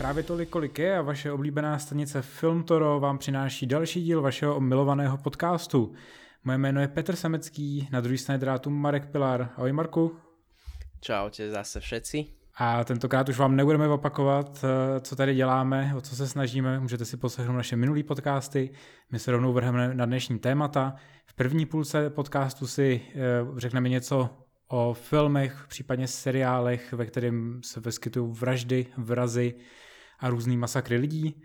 Právě tolik, kolik je, a vaše oblíbená stanice Filmtoro vám přináší další díl vašeho milovaného podcastu. Moje jméno je Petr Samecký, na druhé straně drátu Marek Pilar. Ahoj Marku. Čaute zase všetci. A tentokrát už vám nebudeme opakovat, co tady děláme, o co se snažíme. Můžete si poslechnout naše minulý podcasty. My se rovnou vrhneme na dnešní témata. V první půlce podcastu si řekneme něco o filmech, případně seriálech, ve kterém se vyskytují vraždy, vrazy a různý masakry lidí.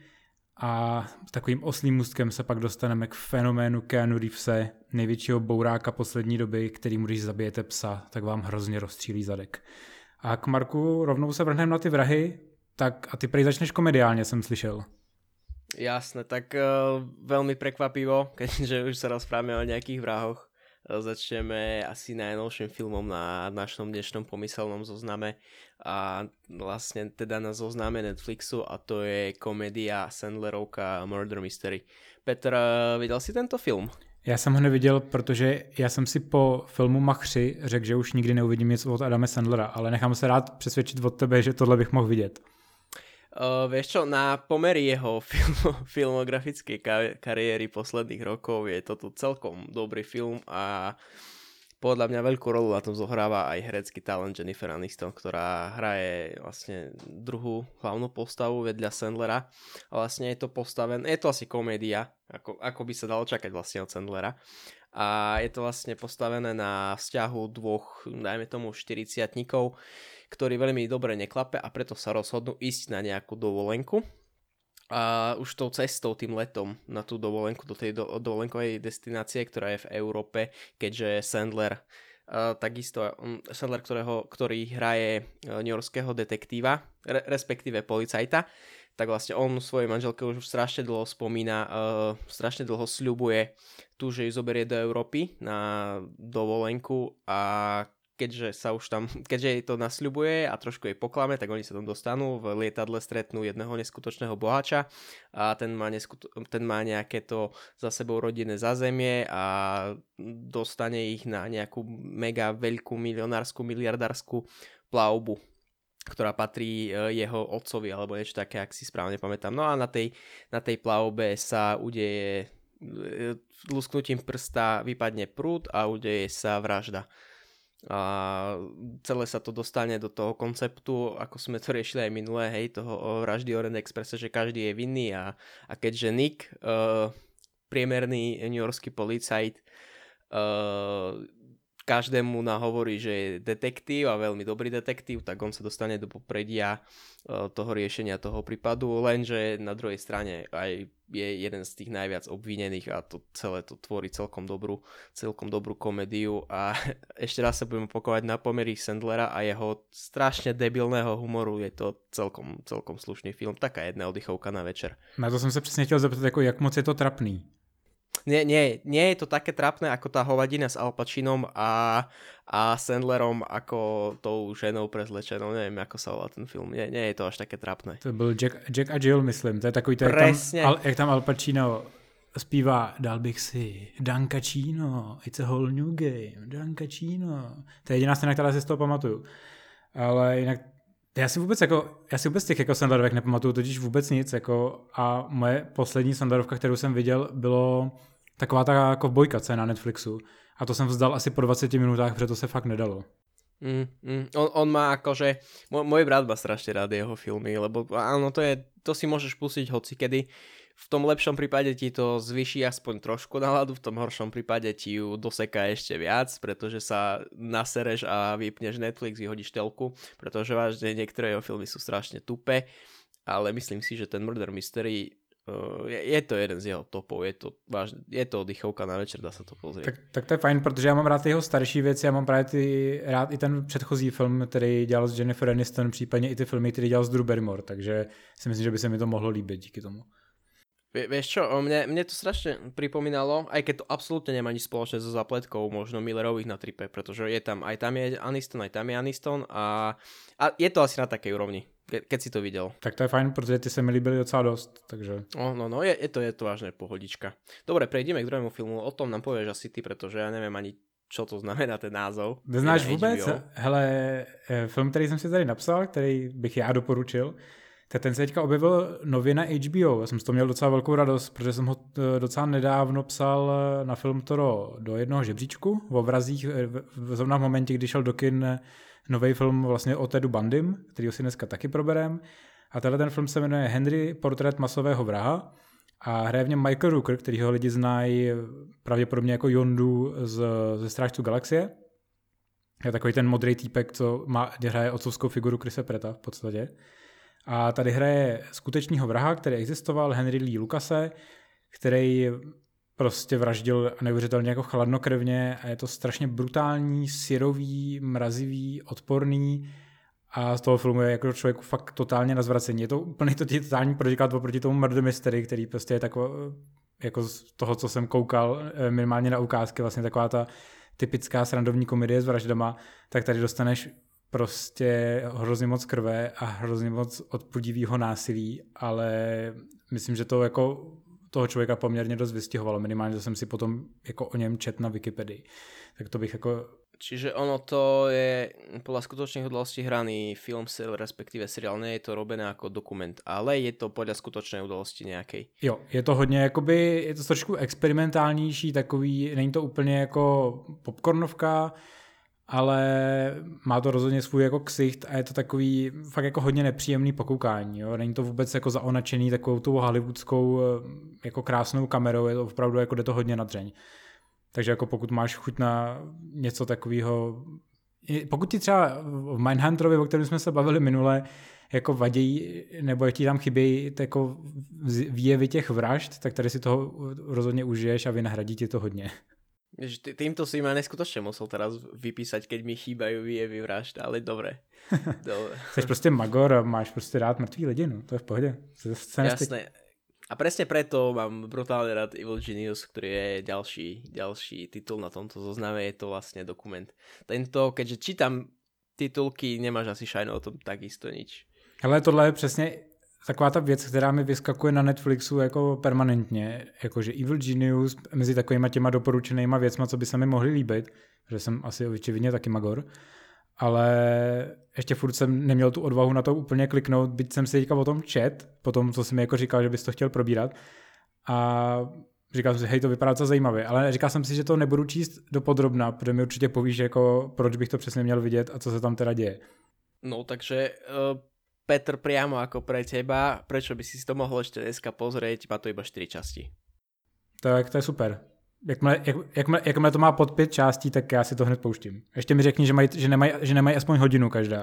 A takovým oslým můstkem se pak dostaneme k fenoménu Keanu Reevese, největšího bouráka poslední doby, kterýmu když zabijete psa, tak vám hrozně rozstřílí zadek. A k Marku rovnou se vrhneme na ty vrahy, tak a ty prej začneš komediálně, jsem slyšel. Jasné, tak veľmi prekvapivo, keďže už sa rozprávame o nejakých vrahoch. Začneme asi najnovším filmom na našom dnešnom pomyselnom zozname a vlastne teda na zozname Netflixu, a to je komédia Sandlerovka Murder Mystery. Petr, viděl si tento film? Já jsem ho neviděl, protože já jsem si po filmu Machři řekl, že už nikdy neuvidím nic od Adama Sandlera, ale nechám se rád přesvědčit od tebe, že tohle bych mohl vidět. Vieš čo, na pomery jeho filmografickej kariéry posledných rokov je toto celkom dobrý film a podľa mňa veľkú rolu na tom zohráva aj herecký talent Jennifer Aniston, ktorá hraje vlastne druhú hlavnú postavu vedľa Sandlera. A vlastne je to postavené, je to asi komédia, ako by sa dalo čakať vlastne od Sandlera. A je to vlastne postavené na vzťahu dvoch, dajme tomu 40-tníkov, ktorí veľmi dobre neklape a preto sa rozhodnú ísť na nejakú dovolenku. A už tou cestou, tým letom na tú dovolenku do tej dovolenkovej destinácie, ktorá je v Európe, keďže Sandler, takisto Sandler, ktorý hraje newyorského detektíva, respektíve policajta, tak vlastne on svojej manželke už strašne dlho spomína, strašne dlho sľubuje tu, že ju zoberie do Európy na dovolenku a keďže jej to nasľubuje a trošku jej poklame, tak oni sa tam dostanú, v lietadle stretnú jedného neskutočného boháča a ten má nejaké to za sebou rodinné zázemie a dostane ich na nejakú mega veľkú milionárskú, miliardárskú plavbu, ktorá patrí jeho otcovi alebo niečo také, ak si správne pamätám. No a na tej plavbe sa udeje lusknutím prsta vypadne prúd a udeje sa vražda. A celé sa to dostane do toho konceptu, ako sme to riešili aj minulé, hej, toho vraždy Orient Expresse, že každý je vinný a keďže Nick, priemerný newyorský policajt, každému nahovorí, že je detektív a veľmi dobrý detektív, tak on sa dostane do popredia toho riešenia toho prípadu, lenže na druhej strane aj je jeden z tých najviac obvinených a to celé to tvorí celkom dobrú komédiu a ešte raz sa budem opakovať na pomery Sandlera a jeho strašne debilného humoru, je to celkom slušný film, taká jedna oddychovka na večer. Na to jsem se přesně chtěl zeptat, jako jak moc je to trapný. Nie je to také trápne ako tá hovadina s Al Pacinom a Sandlerom ako tou ženou prezlečenou, neviem ako sa volá ten film, nie je to až také trápne. To byl Jack a Jill, myslím, to je takový to, jak tam Al Pacino zpívá, dal bych si Dankacino, it's a whole new game, Dankacino. To je jediná scéna, která si z toho pamatuju. Ale jinak já si vůbec těch jako Sandlerovek nepamatuju, totiž vůbec nic, jako, a moje poslední Sandlerovka, kterou jsem viděl, bylo taková ta kovbojka na Netflixu a to jsem vzdal asi po 20 minutách, protože to se fakt nedalo. On má akože, môj brat má strašne rád jeho filmy, lebo áno, to si môžeš pustiť hocikedy. V tom lepšom prípade ti to zvýši aspoň trošku náladu, v tom horšom prípade ti ju doseká ešte viac, pretože sa nasereš a vypneš Netflix, vyhodíš telku, pretože vážne niektoré jeho filmy sú strašne tupé, ale myslím si, že ten Murder Mystery je to jeden z jeho topov, je to oddychovka na večer, dá sa to pozrieť. Tak to je fajn, protože já mám rád jeho starší věci, já mám právě rád i ten předchozí film, který dělal s Jennifer Aniston, případně i ty filmy, který dělal s Drew Barrymore, takže si myslím, že by se mi to mohlo líbit díky tomu. Vieš čo, mne to strašne pripomínalo, aj keď to absolútne nemá nič spoločné so zapletkou možno Millerových na tripe, pretože tam je Aniston a je to asi na takej úrovni, keď si to videl. Tak to je fajn, protože ty se mi líbili docela dost, takže... No, je to vážne pohodička. Dobre, prejdeme k druhému filmu, o tom nám povieš asi ty, pretože ja neviem ani čo to znamená ten názov. Neznáš vůbec? Hele, film, který jsem si tady napsal, který bych já doporučil, Tak ten se teďka objevil nově na HBO. Já jsem z toho měl docela velkou radost, protože jsem ho docela nedávno psal na film Toro do jednoho žebříčku o vrazích, zrovna v momentě, kdy šel do kin nový film vlastně o Tedu Bundym, kterýho si dneska taky proberem. A tenhle ten film se jmenuje Henry, portrét masového vraha a hraje v něm Michael Rooker, kterýho lidi znají pravděpodobně jako Yondu ze Strážců galaxie. Je takový ten modrý týpek, co hraje otcovskou figuru Chrisa Pratta v podstatě. A tady hraje skutečného vraha, který existoval, Henry Lee Lucase, který prostě vraždil neuvěřitelně jako chladnokrevně a je to strašně brutální, syrový, mrazivý, odporný a z toho filmu je jako člověku fakt totálně na zvracení. Je to úplně totální protiklad oproti tomu Murder Mystery, který prostě je takový, jako z toho, co jsem koukal minimálně na ukázky, vlastně taková ta typická srandovní komedie s vraždama, tak tady dostaneš prostě hrozně moc krve a hrozně moc odpudivého násilí, ale myslím, že to jako toho člověka poměrně dost vystihovalo. Minimálně to jsem si potom jako o něm čet na Wikipedii. Tak to bych jako... Čiže ono to je podľa skutočných udalostí hraný film, respektíve seriál, nie je to robené ako dokument, ale je to podľa skutočnej udalosti nejakej. Jo, je to hodně jakoby, je to trošku experimentálnější, takový, není to úplně jako popcornovka, ale má to rozhodně svůj jako ksicht a je to takový fakt jako hodně nepříjemný pokoukání. Jo? Není to vůbec jako zaonačený takovou tou hollywoodskou jako krásnou kamerou, je to opravdu jako jde to hodně na dřeň. Takže jako pokud máš chuť na něco takového, pokud ti třeba v Mindhunterovi, o kterém jsme se bavili minule, jako vadí, nebo ti tam chybějí jako výjevy těch vražd, tak tady si toho rozhodně užiješ a vynahradí ti to hodně. Týmto si ma neskutočne musel teraz vypísať, keď mi chýbajú výjevy vražd, ale dobre. Jsi prostě magor a máš prostě rád mrtvý lidi, no, to je v pohodě. Jasné. A presne preto mám brutálne rád Evil Genius, ktorý je ďalší titul na tomto zozname, je to vlastne dokument. Tento, keďže čítam titulky, nemáš asi šajno o tom takisto nič. Ale tohle je přesně taková ta věc, která mi vyskakuje na Netflixu jako permanentně, jakože Evil Genius mezi takovýma těma doporučenýma věcma, co by se mi mohly líbit, že jsem asi očividně taky magor, ale ještě furt jsem neměl tu odvahu na to úplně kliknout, byť jsem si teďka o tom čet, po tom, co jsi mi jako říkal, že bys to chtěl probírat a říkal jsem si, hej, to vypadá docela zajímavě, ale říkal jsem si, že to nebudu číst dopodrobna, protože mi určitě povíš, jako proč bych to přesně měl vidět a co se tam teda děje. No, takže Petr, priamo ako pre teba, prečo by si to mohol ešte dneska pozrieť, má to iba 4 časti. Tak to je super. Jakmile to má pod 5 částí, tak já si to hned pouštím. Ještě mi řekni, že nemají aspoň hodinu každá.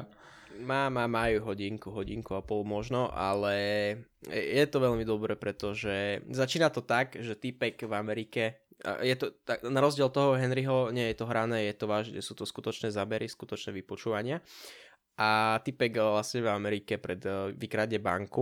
Majú hodinku a pol možno, ale je to veľmi dobré, pretože začína to tak, že týpek v Amerike, je to tak, na rozdiel toho Henryho, nie je to hrané, je to vážne, sú to skutočné zábery, skutočné vypočúvania. A typek vlastne v Amerike vykradne banku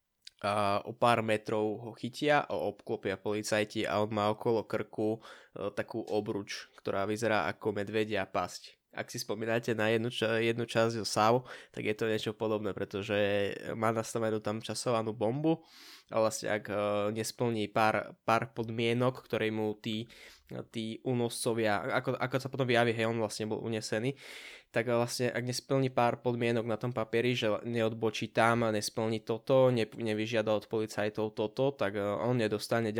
a o pár metrov ho chytia a obklopia policajti a on má okolo krku takú obruč, ktorá vyzerá ako medvedia pasť. Ak si spomínate na jednu časť zo Saw, tak je to niečo podobné, pretože má nastavenú tam časovanú bombu a vlastne ak nesplní pár podmienok, ktoré mu tí únoscovia, ako sa potom vyjaví, hej, on vlastne bol unesený, tak vlastne ak nesplní pár podmienok na tom papieri, že neodbočí tam, nesplní toto, nevyžiada od policajtov toto, tak on nedostane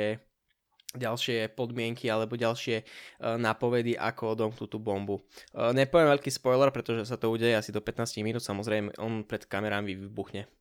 ďalšie podmienky alebo ďalšie nápovedy, ako odomknúť tú bombu. Nepoviem veľký spoiler, pretože sa to udeje asi do 15 minút, samozrejme on pred kamerami vybuchne.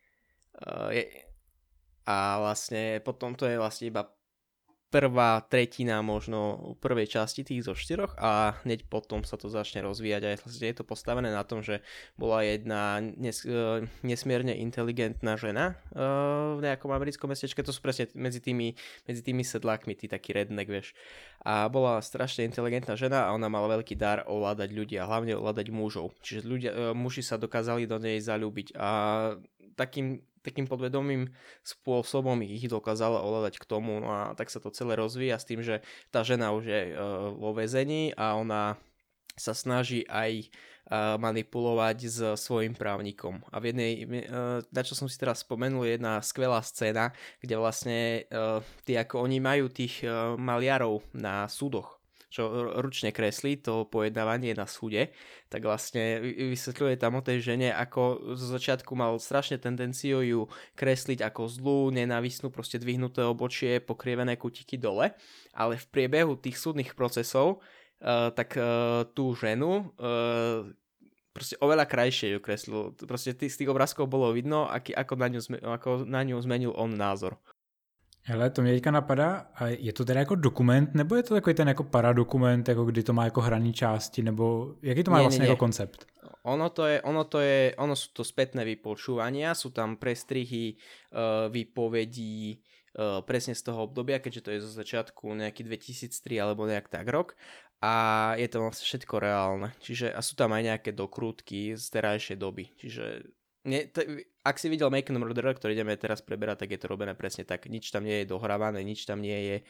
A vlastne potom to je vlastne iba prvá tretina možno prvej časti tých zo 4 a hneď potom sa to začne rozvíjať a je to postavené na tom, že bola jedna nesmierne inteligentná žena v nejakom americkom mestečke, to sú presne medzi tými sedlákmi, tí taký redneck, vieš. A bola strašne inteligentná žena a ona mala veľký dar ovládať ľudí a hlavne ovládať mužov. Čiže muži sa dokázali do nej zaľúbiť a takým podvedomým spôsobom ich dokázala ovládať k tomu, no a tak sa to celé rozvíja s tým, že tá žena už je vo väzení a ona sa snaží aj manipulovať s svojím právnikom. A v jednej, na čo som si teraz spomenul, je jedna skvelá scéna, kde vlastne oni majú tých maliarov na súdoch, čo ručne kreslí to pojednávanie na súde, tak vlastne vysvetľuje tam o tej žene, ako zo začiatku mal strašne tendenciu ju kresliť ako zlú, nenávistnú, proste dvihnuté obočie, pokrievené kutiky dole, ale v priebehu tých súdnych procesov tak tú ženu proste oveľa krajšie ju kreslil. Proste z tých obrázkov bolo vidno, ako na ňu zmenil on názor. Hele, to mě teďka napadá, a je to teda jako dokument, nebo je to takový ten jako paradokument, jako kdy to má jako hraní části, nebo jaký to má vlastně jako koncept? Ono sú to spätné vypočúvania, sú tam prestrihy výpovedí presne z toho obdobia, keďže to je zo začiatku nejaký 2003 alebo nejak tak rok a je to vlastne všetko reálne. Čiže, a sú tam aj nejaké dokrútky z terajšej doby. Čiže ak si videl Making a Murderer, ktorý ideme teraz preberať, tak je to robené presne tak. Nič tam nie je dohrávané, nič tam nie je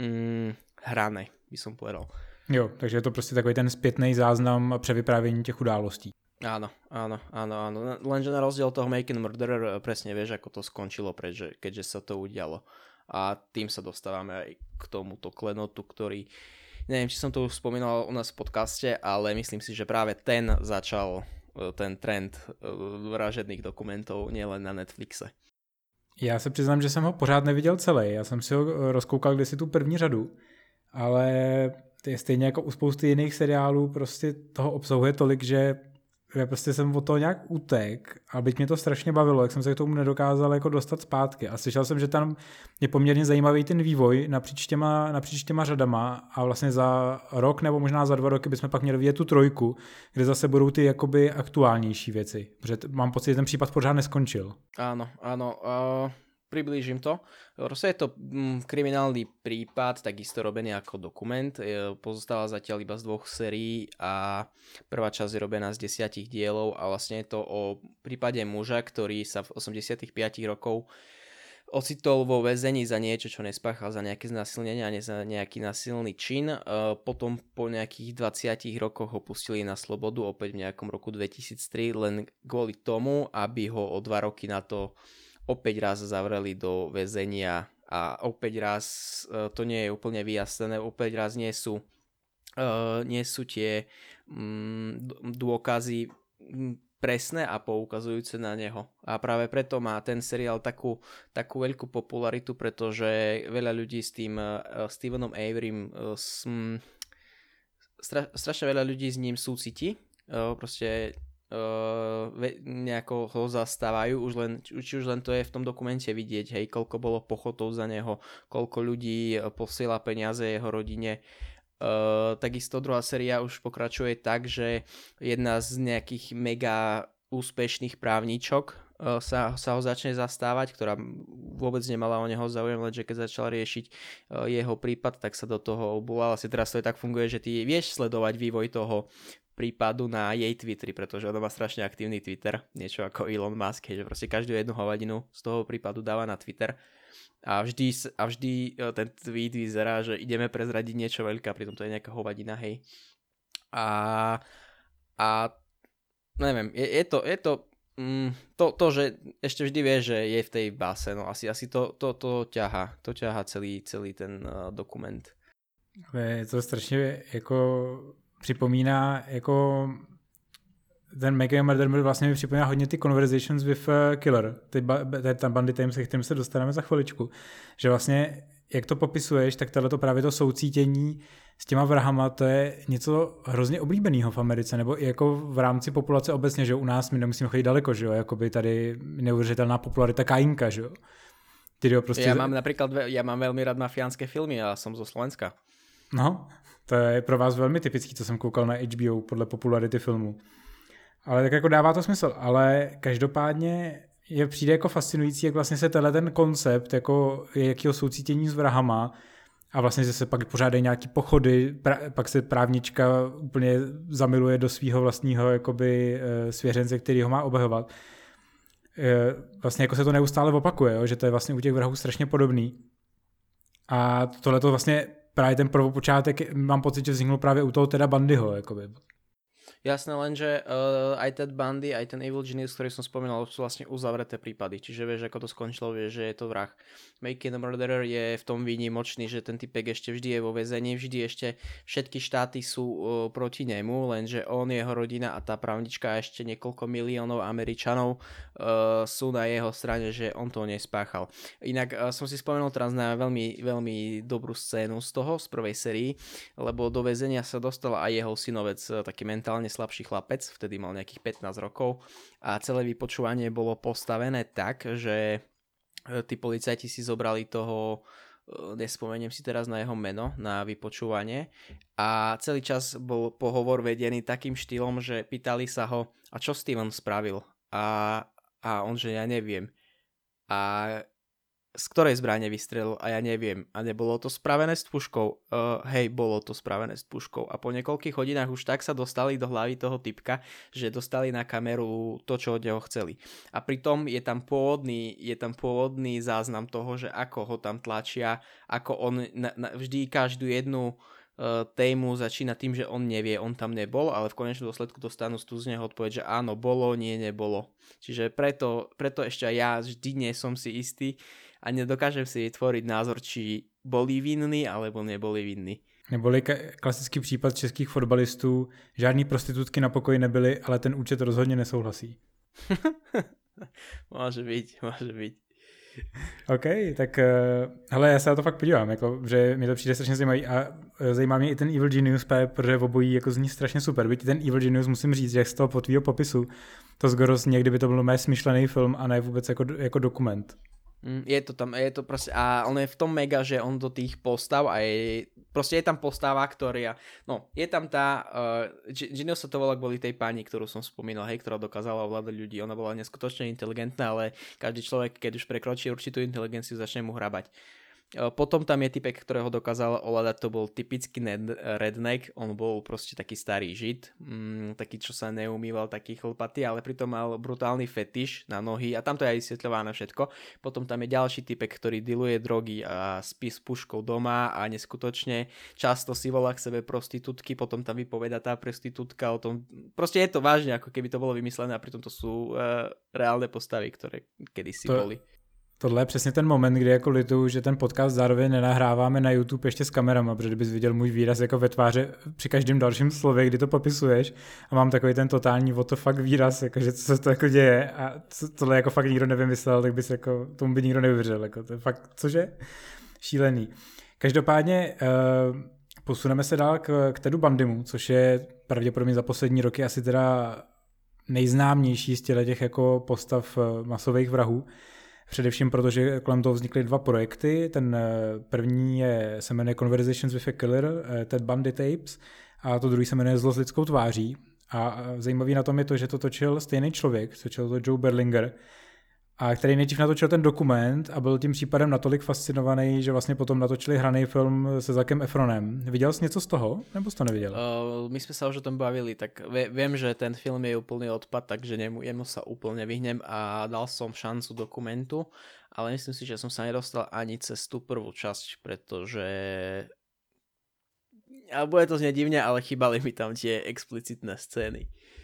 hrané, by som povedal. Jo, takže je to prostě takový ten zpětný záznam a převyprávění těch událostí. Áno. Lenže na rozdiel toho Making a Murderer presne vieš, ako to skončilo, keďže sa to udialo. A tým sa dostávame aj k tomuto klenotu, ktorý, neviem, či som to už spomínal u nás v podcaste, ale myslím si, že práve ten začal ten trend vražedných dokumentov nielen na Netflixe. Já se přiznám, že jsem ho pořád neviděl celý. Já jsem si ho rozkoukal kdysi tu první řadu, ale to je stejně jako u spousty jiných seriálů, prostě toho obsahuje tolik, že já prostě jsem od toho nějak utek a byť mě to strašně bavilo, jak jsem se k tomu nedokázal jako dostat zpátky. A slyšel jsem, že tam je poměrně zajímavý ten vývoj napříč těma řadama a vlastně za rok nebo možná za 2 roky bychom pak měli vidět tu 3, kde zase budou ty jakoby aktuálnější věci. Protože mám pocit, že ten případ pořád neskončil. Áno. Priblížim to. Je to kriminálny prípad, takisto robený ako dokument. Pozostáva zatiaľ iba z 2 sérií a prvá časť je robená z 10 dielov a vlastne je to o prípade muža, ktorý sa v 85 rokov ocitol vo väzení za niečo, čo nespáchal, za nejaké znásilnenie a za nejaký násilný čin. Potom po nejakých 20 rokoch ho pustili na slobodu, opäť v nejakom roku 2003, len kvôli tomu, aby ho o 2 roky na to opäť raz zavreli do väzenia a opäť raz to nie je úplne vyjasnené, opäť raz nie sú tie dôkazy presné a poukazujúce na neho. A práve preto má ten seriál takú veľkú popularitu, pretože veľa ľudí s tým Stevenom Averym strašne veľa ľudí s ním súciti. Proste nejako ho zastávajú, či už len to je v tom dokumente vidieť, hej, koľko bolo pochotov za neho, koľko ľudí posiela peniaze jeho rodine. Takisto druhá séria už pokračuje tak, že jedna z nejakých mega úspešných právničok sa ho začne zastávať, ktorá vôbec nemala o neho záujem, lenže keď začala riešiť jeho prípad, tak sa do toho obúlala. Asi teraz to tak funguje, že ty vieš sledovať vývoj toho prípadu na jej Twitteri, pretože ona má strašne aktívny Twitter, niečo ako Elon Musk, že proste každú jednu hovadinu z toho prípadu dáva na Twitter a vždy ten tweet vyzerá, že ideme prezradiť niečo veľké, pritom to je nejaká hovadina, hej. A neviem, je to, že ešte vždy vie, že je v tej báse, no asi to ťahá celý ten dokument. Je to strašně jako připomíná jako ten Making a Murderer vlastně mi připomíná hodně ty Conversations with Killer, ten Bundy Time, se kterým se dostaneme za chviličku, že vlastně jak to popisuješ, tak tohleto právě to soucítění s těma vrahama, to je něco hrozně oblíbeného v Americe, nebo i jako v rámci populace obecně, že u nás my nemusíme chodit daleko, že jo, jakoby tady neuvěřitelná popularita Kajinka, že jo. Prostě... Ja mám veľmi rád mafiánske filmy a som zo Slovenska. No, to je pro vás velmi typický, co jsem koukal na HBO podle popularity filmu. Ale tak jako dává to smysl, ale každopádně přijde jako fascinující, jak vlastně se ten koncept jako jakýho soucítění s vrahama a vlastně se pak pořádají nějaký pochody, pak se právnička úplně zamiluje do svého vlastního jakoby svěřence, který ho má obhajovat. Vlastně jako se to neustále opakuje, jo? Že to je vlastně u těch vrahů strašně podobný. A tohle to vlastně právě ten prvopočátek, mám pocit, že vzniknul právě u toho teda Bundyho, jakoby. Jasné, lenže aj Ted Bundy, aj ten Evil Genius, ktorý som spomínal, sú vlastne uzavreté prípady. Čiže vieš, ako to skončilo, vieš, že je to vrah. Making a Murderer je v tom výnimočný, že ten typek ešte vždy je vo väzení, vždy ešte všetky štáty sú proti nemu, lenže on, jeho rodina a tá právnička a ešte niekoľko miliónov Američanov sú na jeho strane, že on to nespáchal. Inak som si spomenul teraz na veľmi, veľmi dobrú scénu z toho, z prvej sérii, lebo do väzenia sa dostal aj jeho synovec, taký mentálne slabší chlapec, vtedy mal nejakých 15 rokov a celé vypočúvanie bolo postavené tak, že tí policajti si zobrali toho, nespomeniem si teraz na jeho meno, na vypočúvanie a celý čas bol pohovor vedený takým štýlom, že pýtali sa ho, a čo Steven spravil? A on, že ja neviem. A z ktorej zbrane vystrelil? A ja neviem. A nebolo to spravené s puškou? Hej, bolo to spravené s puškou. A po niekoľkých hodinách už tak sa dostali do hlavy toho typka, že dostali na kameru to, čo od neho chceli. A pritom je tam pôvodný záznam toho, že ako ho tam tlačia, ako on vždy každú jednu tému začína tým, že on nevie, on tam nebol, ale v konečnom dôsledku dostanú z neho odpoveď, že áno, bolo, nie, nebolo. Čiže preto ešte aj ja vždy nie som si istý a nedokážem si vytvoriť názor, či boli vinní, alebo neboli vinní. Neboli klasický případ českých fotbalistů, žádný prostitutky na pokoji nebyly, ale ten účet rozhodně nesouhlasí. Môže byť. OK, tak hele, já se na to fakt podívám, jako, že mi to přijde strašně zajímavý a zajímá mě i ten Evil Genius, protože obojí jako zní strašně super. Byť ten Evil Genius musím říct, že z toho po tvýho popisu to skoro někdy by to byl mé smyšlený film a ne vůbec jako dokument. Je to proste, a on je v tom mega, že on do tých postav a je tam postava, ktorá, no, je tam tá, Genius sa to volá kvôli tej pani, ktorú som spomínal, hej, ktorá dokázala ovládať ľudí, ona bola neskutočne inteligentná, ale každý človek, keď už prekročí určitú inteligenciu, začne mu hrabať. Potom tam je typek, ktorého dokázal ovládať, to bol typický redneck, on bol proste taký starý žid, taký, čo sa neumýval, taký chlpatý, ale pritom mal brutálny fetiš na nohy a tam to je aj vysvetľované všetko. Potom tam je ďalší typek, ktorý diluje drogy a spí s puškou doma a neskutočne často si volá k sebe prostitútky, potom tam vypoveda tá prostitútka o tom, proste je to vážne, ako keby to bolo vymyslené a pritom to sú reálne postavy, ktoré kedysi boli. Tohle je přesně ten moment, kdy jako lituju, že ten podcast zároveň nenahráváme na YouTube ještě s kamerama, protože kdybys viděl můj výraz jako ve tváři při každém dalším slově, kdy to popisuješ a mám takový ten totální what the fuck výraz, jako, že co se to jako děje a tohle jako fakt nikdo nevymyslel, tak bys jako, tomu by nikdo nevyvěřil, jako, to je fakt, cože? Šílený. Každopádně posuneme se dál k Tedu Bundymu, což je pravděpodobně za poslední roky asi teda nejznámější z těch jako postav masových vrahů. Především proto, že kolem toho vznikly dva projekty. Ten první se jmenuje Conversations with a Killer, Ted Bundy Tapes, a to druhý se jmenuje Zlo s lidskou tváří. A zajímavý na tom je to, že to točil stejný člověk, točil to Joe Berlinger, a který nejdřív natočil ten dokument a byl tím případem natolik fascinovaný, že vlastně potom natočili hraný film se Zackem Efronem. Viděl jsi něco z toho? Nebo jsi to neviděl? My sme sa už o tom bavili, tak viem, že ten film je úplný odpad, takže jemu sa úplne vyhnem a dal som šancu dokumentu, ale myslím si, že som sa nedostal ani cez tú prvú časť, pretože a bude to znieť divne, ale chýbali mi tam tie explicitné scény.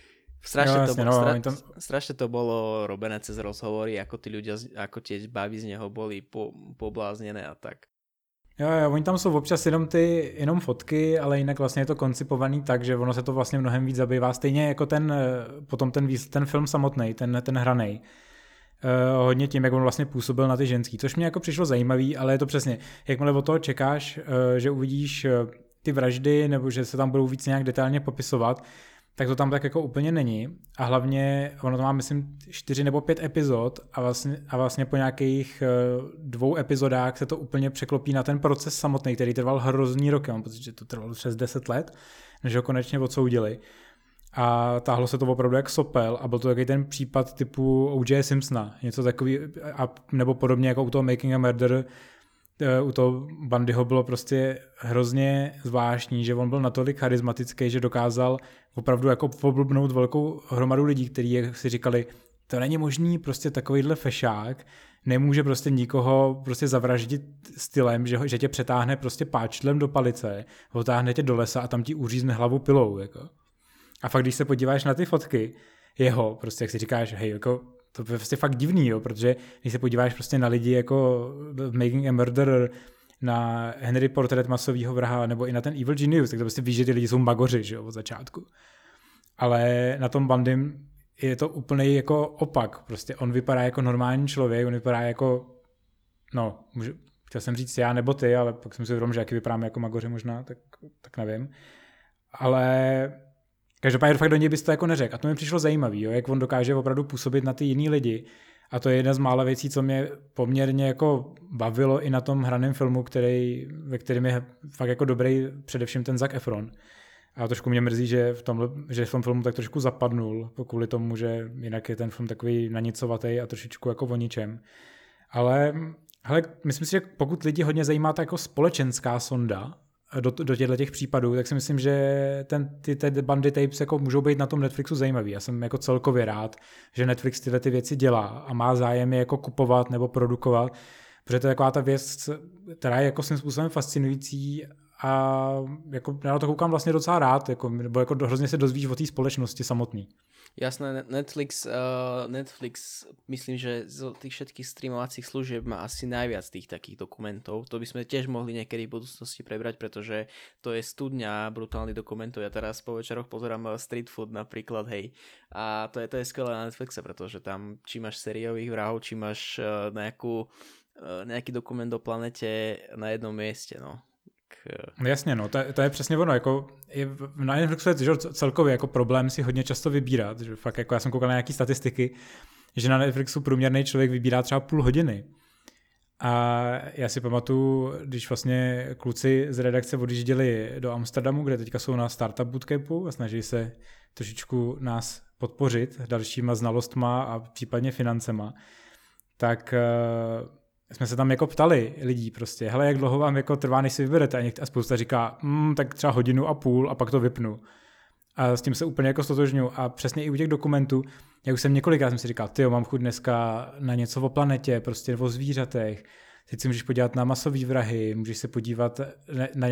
Strašne to bolo robené cez rozhovory, ako tí ľudia, ako tie bavy z neho boli pobláznené a tak. Jo, oni tam jsou občas jenom fotky, ale jinak vlastně je to koncipovaný tak, že ono se to vlastně mnohem víc zabývá, stejně jako potom ten film samotný, ten hranej. Hodně tím, jak on vlastně působil na ty ženský, což mě jako přišlo zajímavý, ale je to přesně, jakmile od toho čekáš, že uvidíš ty vraždy, nebo že se tam budou víc nějak detailně popisovat, tak to tam tak jako úplně není. A hlavně ono to má, myslím, 4 nebo 5 epizod a vlastně po nějakých 2 epizodách se to úplně překlopí na ten proces samotný, který trval hrozný roky. Mám pocit, že to trvalo 6-10 let, než ho konečně odsoudili. A táhlo se to opravdu jak sopel a byl to takový ten případ typu O.J. Simpsona. Něco takový, nebo podobně jako u toho Making a Murder, u toho Bundyho bylo prostě hrozně zvláštní, že on byl natolik charismatický, že dokázal opravdu jako poblbnout velkou hromadu lidí, kteří si říkali, to není možný, prostě takovýhle fešák nemůže prostě nikoho prostě zavraždit stylem, že tě přetáhne prostě páčlem do palice, otáhne tě do lesa a tam ti uřízne hlavu pilou, jako. A fakt, když se podíváš na ty fotky jeho, prostě jak si říkáš, hej, jako to je prostě fakt divný, jo, protože když se podíváš prostě na lidi jako Making a Murderer, na Henry Portrait masového vraha, nebo i na ten Evil Genius, tak to prostě víš, že ty lidi jsou magoři, že jo, od začátku. Ale na tom Bundym je to úplný jako opak, prostě on vypadá jako normální člověk, on vypadá jako, no, chtěl jsem říct já nebo ty, ale pak jsem si uvědomil, že jaký vypadáme jako magoři možná, tak nevím. Ale každopádně fakt do něj bys to jako neřekl. A to mi přišlo zajímavý, jo, jak on dokáže opravdu působit na ty jiný lidi. A to je jedna z mála věcí, co mě poměrně jako bavilo i na tom hraném filmu, ve kterém je fakt jako dobrý především ten Zac Efron. A trošku mě mrzí, že v tom filmu tak trošku zapadnul, kvůli tomu, že jinak je ten film takový nanicovatý a trošičku jako o ničem. Ale myslím si, že pokud lidi hodně zajímá ta jako společenská sonda do těchto případů, tak si myslím, že ty Bundy tapes jako můžou být na tom Netflixu zajímavý. Já jsem jako celkově rád, že Netflix tyhle ty věci dělá a má zájem je jako kupovat nebo produkovat, protože to je taková ta věc, která je jako svým způsobem fascinující a jako já na to koukám vlastně docela rád, nebo jako hrozně se dozvíš o té společnosti samotný. Jasné, Netflix, myslím, že z tých všetkých streamovacích služieb má asi najviac tých takých dokumentov. To by sme tiež mohli niekedy v budúcnosti prebrať, pretože to je studňa brutálnych dokumentov. Ja teraz po večeroch pozerám Street Food napríklad, hej. A to je skvelé na Netflixe, pretože tam či máš sériových vrahov, či máš nejaký dokument o planete na jednom mieste, no. Jasně, no, to je přesně ono, jako na Netflixu je celkově jako problém si hodně často vybírat, že fakt jako já jsem koukal na nějaký statistiky, že na Netflixu průměrný člověk vybírá třeba půl hodiny. A já si pamatuju, když vlastně kluci z redakce odjížděli do Amsterdamu, kde teďka jsou na Startup Bootcampu a snaží se trošičku nás podpořit dalšíma znalostma a případně financema, tak jsme se tam jako ptali lidí prostě, hele, jak dlouho vám jako trvá, než si vyberete, a spousta říká, tak třeba 1.5 hodiny a pak to vypnu. A s tím se úplně jako stotožňuji. A přesně i u těch dokumentů, jak už jsem několikrát jsem si říkal, tyjo, mám chuť dneska na něco o planetě, prostě o zvířatech, teď si můžeš podívat na masový vrahy, můžeš se podívat na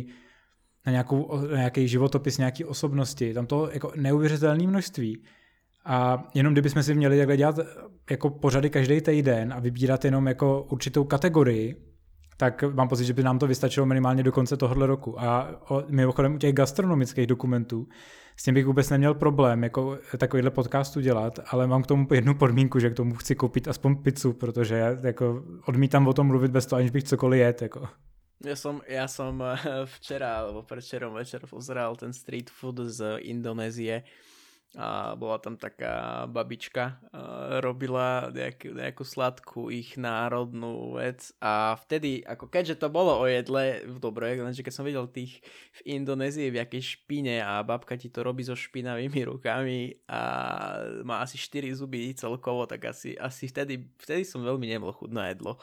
nějaký životopis nějaký osobnosti, tam to jako neuvěřitelné množství. A jenom kdybychom si měli takhle dělat jako pořady každý týden a vybírat jenom jako určitou kategorii, tak mám pocit, že by nám to vystačilo minimálně do konce tohohle roku. A mimochodem u těch gastronomických dokumentů s tím bych vůbec neměl problém jako takovýhle podcastu dělat, ale mám k tomu jednu podmínku, že k tomu chci koupit aspoň pizzu, protože já jako odmítám o tom mluvit bez toho, aniž bych cokoliv jet. Jako. Ja som včera alebo predvčerom večer pozeral ten Street Food z Indonézie a bola tam taká babička, robila nejakú sladkú ich národnú vec a vtedy, ako keďže to bolo o jedle dobre, lenže keď som videl tých v Indonézii v jakej špine a babka ti to robí so špinavými rukami a má asi 4 zuby celkovo, tak asi vtedy som veľmi nemal chuť na jedlo.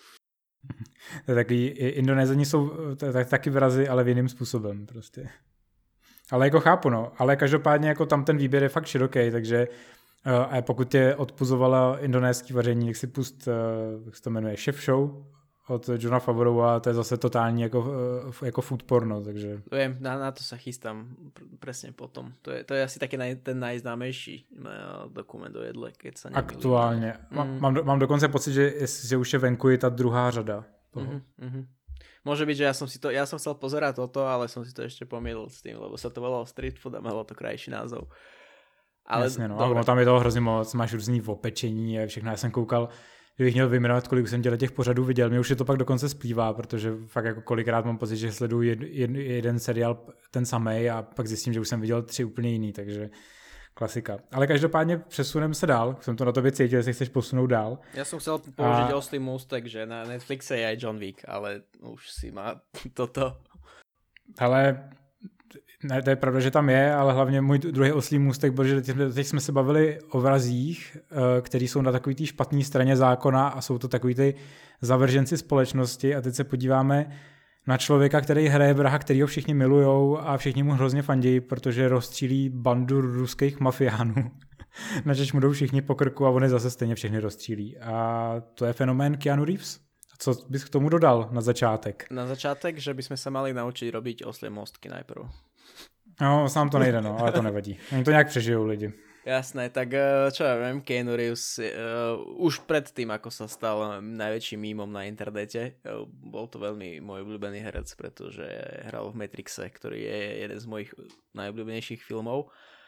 Taky Indonézani jsou taky vrazy, ale v jiným způsobem prostě. Ale jako chápu, no. Ale každopádně jako tam ten výběr je fakt široký, takže a pokud tě odpuzovala indonéský vaření, tak si pust, jak se to jmenuje, Chef Show od Johna Favreaua, to je zase totální jako food porno, takže... Viem, na to sa chystám presne potom. To je asi taký ten najznámejší dokument o jedle, keď sa nemýlim. Aktuálně. Mám dokonce pocit, že už je venku i ta druhá řada. Môže byť, že ja som chcel pozerať toto, ale som si to ešte pomýlil s tým, lebo sa to volalo Street Food a malo to krajší názov. Ale jasně, no, ale tam je toho hrozně moc, máš různý opečení a všechno. Já jsem koukal, kdybych měl vyjmenovat, kolik jsem těch pořadů viděl, mě už je to pak dokonce splývá, protože fakt jako kolikrát mám pocit, že sleduju jeden seriál ten samej a pak zjistím, že už jsem viděl 3 úplně jiný, takže klasika. Ale každopádně přesuneme se dál, jsem to na tobě cítil, jestli chceš posunout dál. Ja som chcel použiť oslý můstek, že na Netflixe je aj John Wick, ale už si má toto. Ale ne, to je pravda, že tam je, ale hlavně můj druhý oslý můstek byl, že teď jsme se bavili o vrazích, který jsou na takový té špatné straně zákona a jsou to takový ty zavrženci společnosti a teď se podíváme na člověka, který hraje vraha, kterýho všichni milujou a všichni mu hrozně fandí, protože rozstřílí bandu ruských mafiánů. Načež mu jdou všichni po krku a on je zase stejně všechny rozstřílí. A to je fenomén Keanu Reeves. Co bys k tomu dodal na začátek? Na začátek, že bychom se mali naučiť robiť oslie mostky najprv. No, sám to nejde, no, ale to nevadí. Oni to nějak přežijou lidi. Jasné, tak čo ja viem, Keanu Reeves už pred tým, ako sa stal najväčším mímom na internete, bol to veľmi môj obľúbený herec, pretože hral v Matrixe, ktorý je jeden z mojich najobľúbenejších filmov.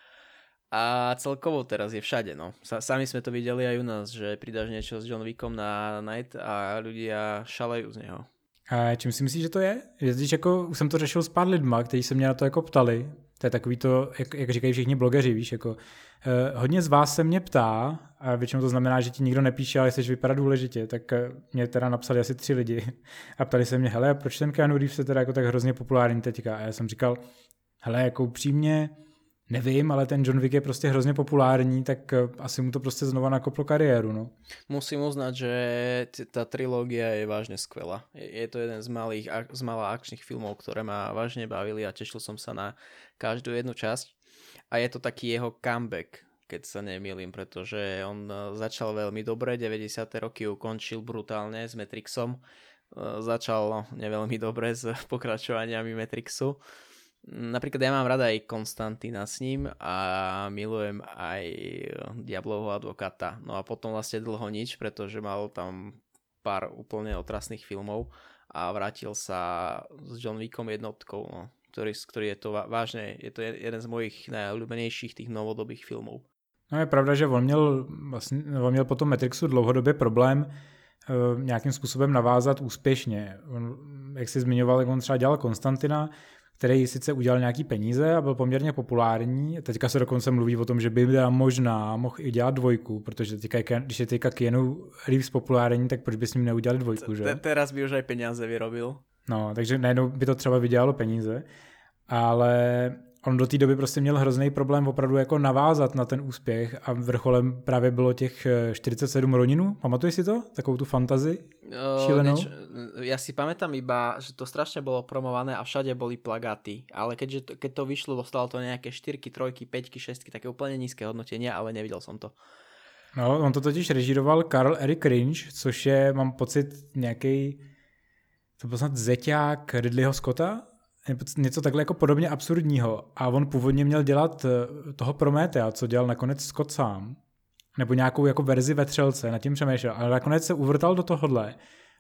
A celkovo teraz je všade, no. Sami sme to videli aj u nás, že pridáš niečo s John Wickom na Night a ľudia šalajú z něho. A čím si myslíš, že to je? Jezdíš jako, už jsem to řešil s pár lidma, kteří se mě na to jako ptali. To je takový to, jak říkají všichni blogeři, víš, jako hodně z vás se mě ptá, a většinou to znamená, že ti nikdo nepíše, ale chceš vypadat důležitě, tak mě teda napsali asi 3 lidi a ptali se mě, hele, proč ten Keanu Reeves je teda jako tak hrozně populární teďka? A já jsem říkal, hele, jako upřímně, nevím, ale ten John Wick je prostě hrozně populární, tak asi mu to prostě znova nakoplo kariéru, no. Musím uznať, že tá trilógia je vážne skvelá. Je to jeden z mála akčných filmov, ktoré ma vážne bavili a tešil som sa na každú jednu časť. A je to taký jeho comeback, keď sa nemýlim, pretože on začal veľmi dobre, 90. roky ukončil brutálne s Matrixom. Začal neveľmi dobre s pokračovaniami Matrixu. Napríklad ja mám rada aj Konstantína s ním a milujem aj Diablovho advokáta. No a potom vlastne dlho nič, pretože mal tam pár úplne otrasných filmov a vrátil sa s John Wickom jednotkou, no, ktorý je to vážne, je to jeden z mojich najobľúbenejších tých novodobých filmov. No je pravda, že on měl po tom Matrixu dlouhodobě problém nějakým způsobem navázat úspěšně. Jak jsi zmiňoval, jak on třeba dělal Konstantina, který sice udělal nějaký peníze a byl poměrně populární. Teďka se dokonce mluví o tom, že by možná mohl i dělat 2, protože teďka, když je teďka Keanu Reeves populární, tak proč by s ním neudělali 2, že? Teraz by už aj peníze vyrobil. No, takže najednou by to třeba vydělalo peníze, ale on do té doby prostě měl hrozný problém opravdu jako navázat na ten úspěch a vrcholem právě bylo těch 47 Roninů. Pamatuješ si to? Takovou tu fantazii šílenou? Ja si pamätám iba, že to strašne bolo promované a všade boli plagáty, ale keď to vyšlo, dostalo to nejaké 4, 3, 5, 6, také úplne nízke hodnotenie, ale nevidel som to. No, on to totiž režíroval Karl Erik Ringe, což je, mám pocit, nějaký, to byl snad zeťák Ridleyho Scotta, něco takhle jako podobně absurdního. A on původně měl dělat toho Prometea, co dělal nakonec Scott sám, nebo nějakou jako verzi Vetřelce, nad tím přemýšlel, ale nakonec se uvrtal do tohohle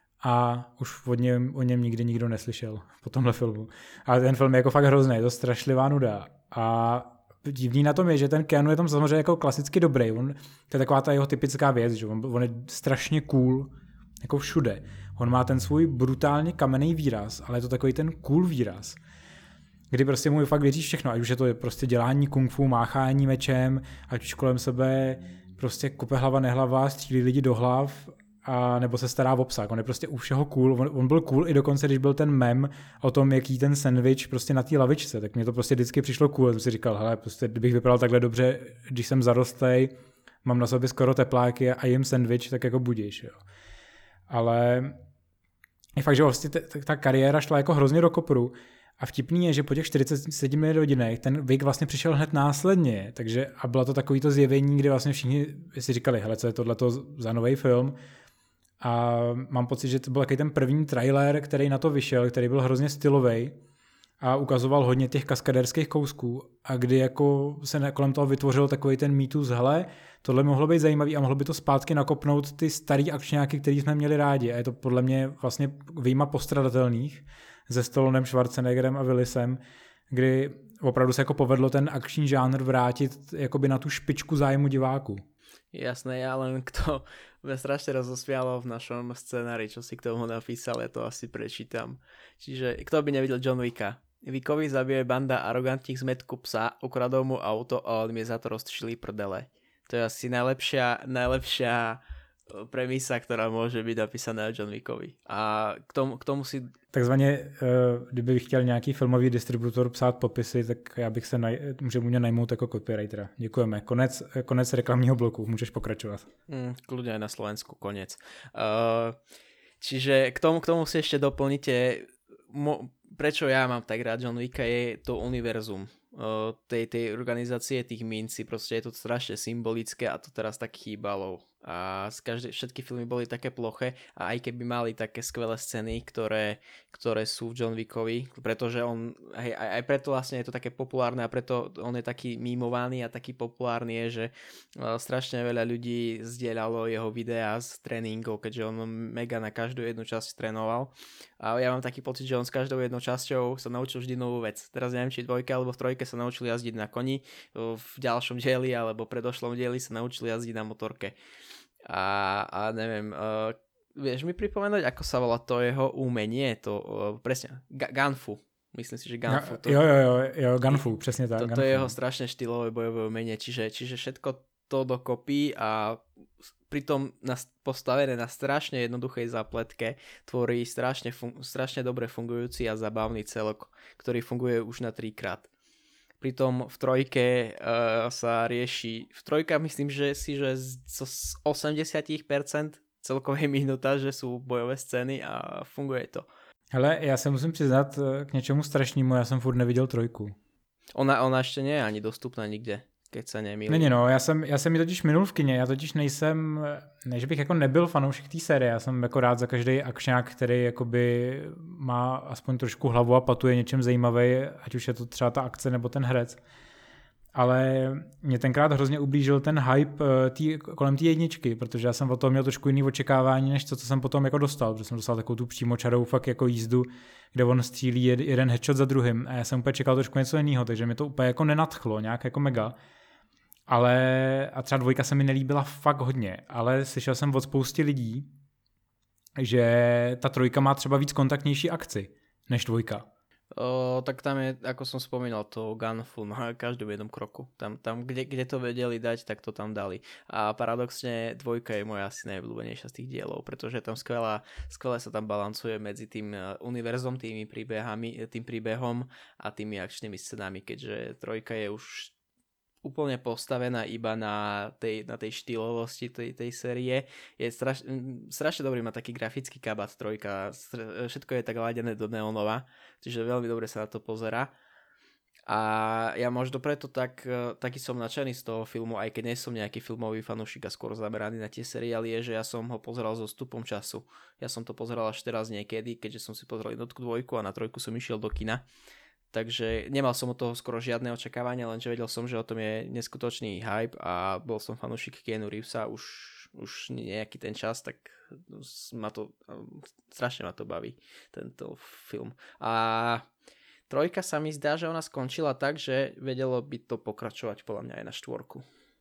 a už o něm nikdy nikdo neslyšel po tomhle filmu. A ten film je jako fakt hrozný, je to strašlivá nuda. A divný na tom je, že ten Keanu je tam samozřejmě jako klasicky dobrý. To je taková ta jeho typická věc, že on je strašně cool, jako všude. On má ten svůj brutálně kamenný výraz, ale je to takový ten cool výraz, kdy prostě mu fakt věří všechno, ať už je to prostě dělání kung fu, máchání mečem, ať už kolem sebe prostě kope hlava nehlava, střílí lidi do hlav, a nebo se stará o psa. On je prostě u všeho cool. On byl cool i dokonce, když byl ten mem o tom, jaký ten sandwich prostě na té lavičce, tak mně to prostě vždycky přišlo cool. Jsem si říkal, hele, prostě kdybych vypadal takhle dobře, když jsem zarostlej, mám na sobě skoro tepláky a jim sandwich, tak jako budíš, jo. Ale je fakt, že vlastně ta kariéra šla jako hrozně do kopru a vtipný je, že po těch 47 rodinách ten Wick vlastně přišel hned následně, takže a bylo to takový to zjevení, kdy vlastně všichni si říkali, hele, co je tohleto za nový film, a mám pocit, že to byl takový ten první trailer, který na to vyšel, který byl hrozně stylový a ukazoval hodně těch kaskadérských kousků a kdy jako se kolem toho vytvořil takový ten mýtus, hele, tohle mohlo být zajímavý a mohlo by to zpátky nakopnout ty starý akčňáky, který jsme měli rádi a je to podle mě vlastně vyjma postradatelných se Stallonem, Schwarzeneggerem a Willisem, kdy opravdu se jako povedlo ten akční žánr vrátit jakoby na tu špičku zájmu diváků. Jasné, ja len kto mňa strašne rozosmialo v našom scenári, čo si k tomu napísal, ja to asi prečítam. Čiže kto by nevidel John Wicka? Wickovi zabije banda arogantních zmetku psa, ukradou mu auto a on mi za to roztšili prdele. To je asi najlepšia premisa, ktorá môže byť napísaná o John Wickovi. A k tomu si... Takzvaně, kdybych chtěl nějaký filmový distributor psát popisy, tak já bych se může mě najmout jako copywritera. Děkujeme. Konec reklamního bloku. Můžeš pokračovat. Kľudne aj na Slovensku. Konec. Čiže k tomu si ešte doplníte, prečo ja mám tak rád John Wicka, je to univerzum tej organizácie tých mincí. Proste je to strašne symbolické a to teraz tak chýbalo Všetky filmy boli také ploché a aj keby mali také skvelé scény, ktoré sú v John Wickovi, pretože on, aj preto vlastne je to také populárne a preto on je taký mímovaný a taký populárny je, že strašne veľa ľudí zdieľalo jeho videá z tréningov, keďže on mega na každú jednu časť trénoval a ja mám taký pocit, že on s každou jednou časťou sa naučil vždy novú vec. Teraz neviem, či v 2 alebo v 3 sa naučil jazdiť na koni, v ďalšom dieli alebo predošlom dieli sa naučil jazdiť na motorke. A neviem, vieš mi pripomenúť, ako sa volá to jeho umenie, to presne, Gunfu. Myslím si, že Gunfu. Jo, Gunfu, přesně tak. To je jeho strašne štýlové bojové umenie, čiže všetko to dokopy a pritom postavené na strašne jednoduchej zápletke tvorí strašne dobre fungujúci a zabavný celok, ktorý funguje už na 3-krát. Pritom v 3 sa rieši, v 3 myslím, že z 80% celkovej minútaže sú bojové scény a funguje to. Hele, já se musím přiznat k něčemu strašnému, já jsem furt neviděl 3. Ona ještě nie je ani dostupná nikde, keď sa nemýlim. Není, no, já jsem ji totiž minul v kině, já totiž nejsem, ne, že bych jako nebyl fanoušek té série, já jsem jako rád za každý akčňák, který jakoby má aspoň trošku hlavu a patu, je něčem zajímavý, ať už je to třeba ta akce nebo ten herec. Ale mě tenkrát hrozně ublížil ten hype kolem té jedničky, protože já jsem od toho měl trošku jiný očekávání, než co jsem potom jako dostal, protože jsem dostal takovou tu přímočarou fakt jako jízdu, kde on střílí jeden headshot za druhým a já jsem úplně čekal trošku něco jiného, takže mě to úplně jako nenadchlo, nějak jako mega. Ale a třeba 2 se mi nelíbila fakt hodně, ale slyšel jsem od spousty lidí, že ta 3 má třeba víc kontaktnější akci než 2. Tak tam je, ako som spomínal, to Gunfu na každom jednom kroku. Tam kde to vedeli dať, tak to tam dali. A paradoxne 2 je moja asi najobľúbenejšia z tých dielov, pretože tam skvelé sa tam balancuje medzi tým univerzom, tým príbehom a tými akčnými scenami, keďže 3 je už úplne postavená iba na tej štýlovosti tej série. Je strašne dobrý, má taký grafický kabát 3. Všetko je tak ladené do neonova, čiže veľmi dobre sa na to pozerá. A ja možno preto taký som nadšený z toho filmu, aj keď nie som nejaký filmový fanúšik a skôr zameraný na tie seriály, je, že ja som ho pozeral so vstupom času. Ja som to pozeral až teraz niekedy, keďže som si pozeral 1, 2 a na 3 som išiel do kina. Takže nemal som od toho skoro žiadne očakávania, lenže vedel som, že o tom je neskutočný hype a bol som fanúšik Keanu Reevesa už nejaký ten čas, tak strašne ma to baví, tento film. A 3 sa mi zdá, že ona skončila tak, že vedelo by to pokračovať podľa mňa aj na 4.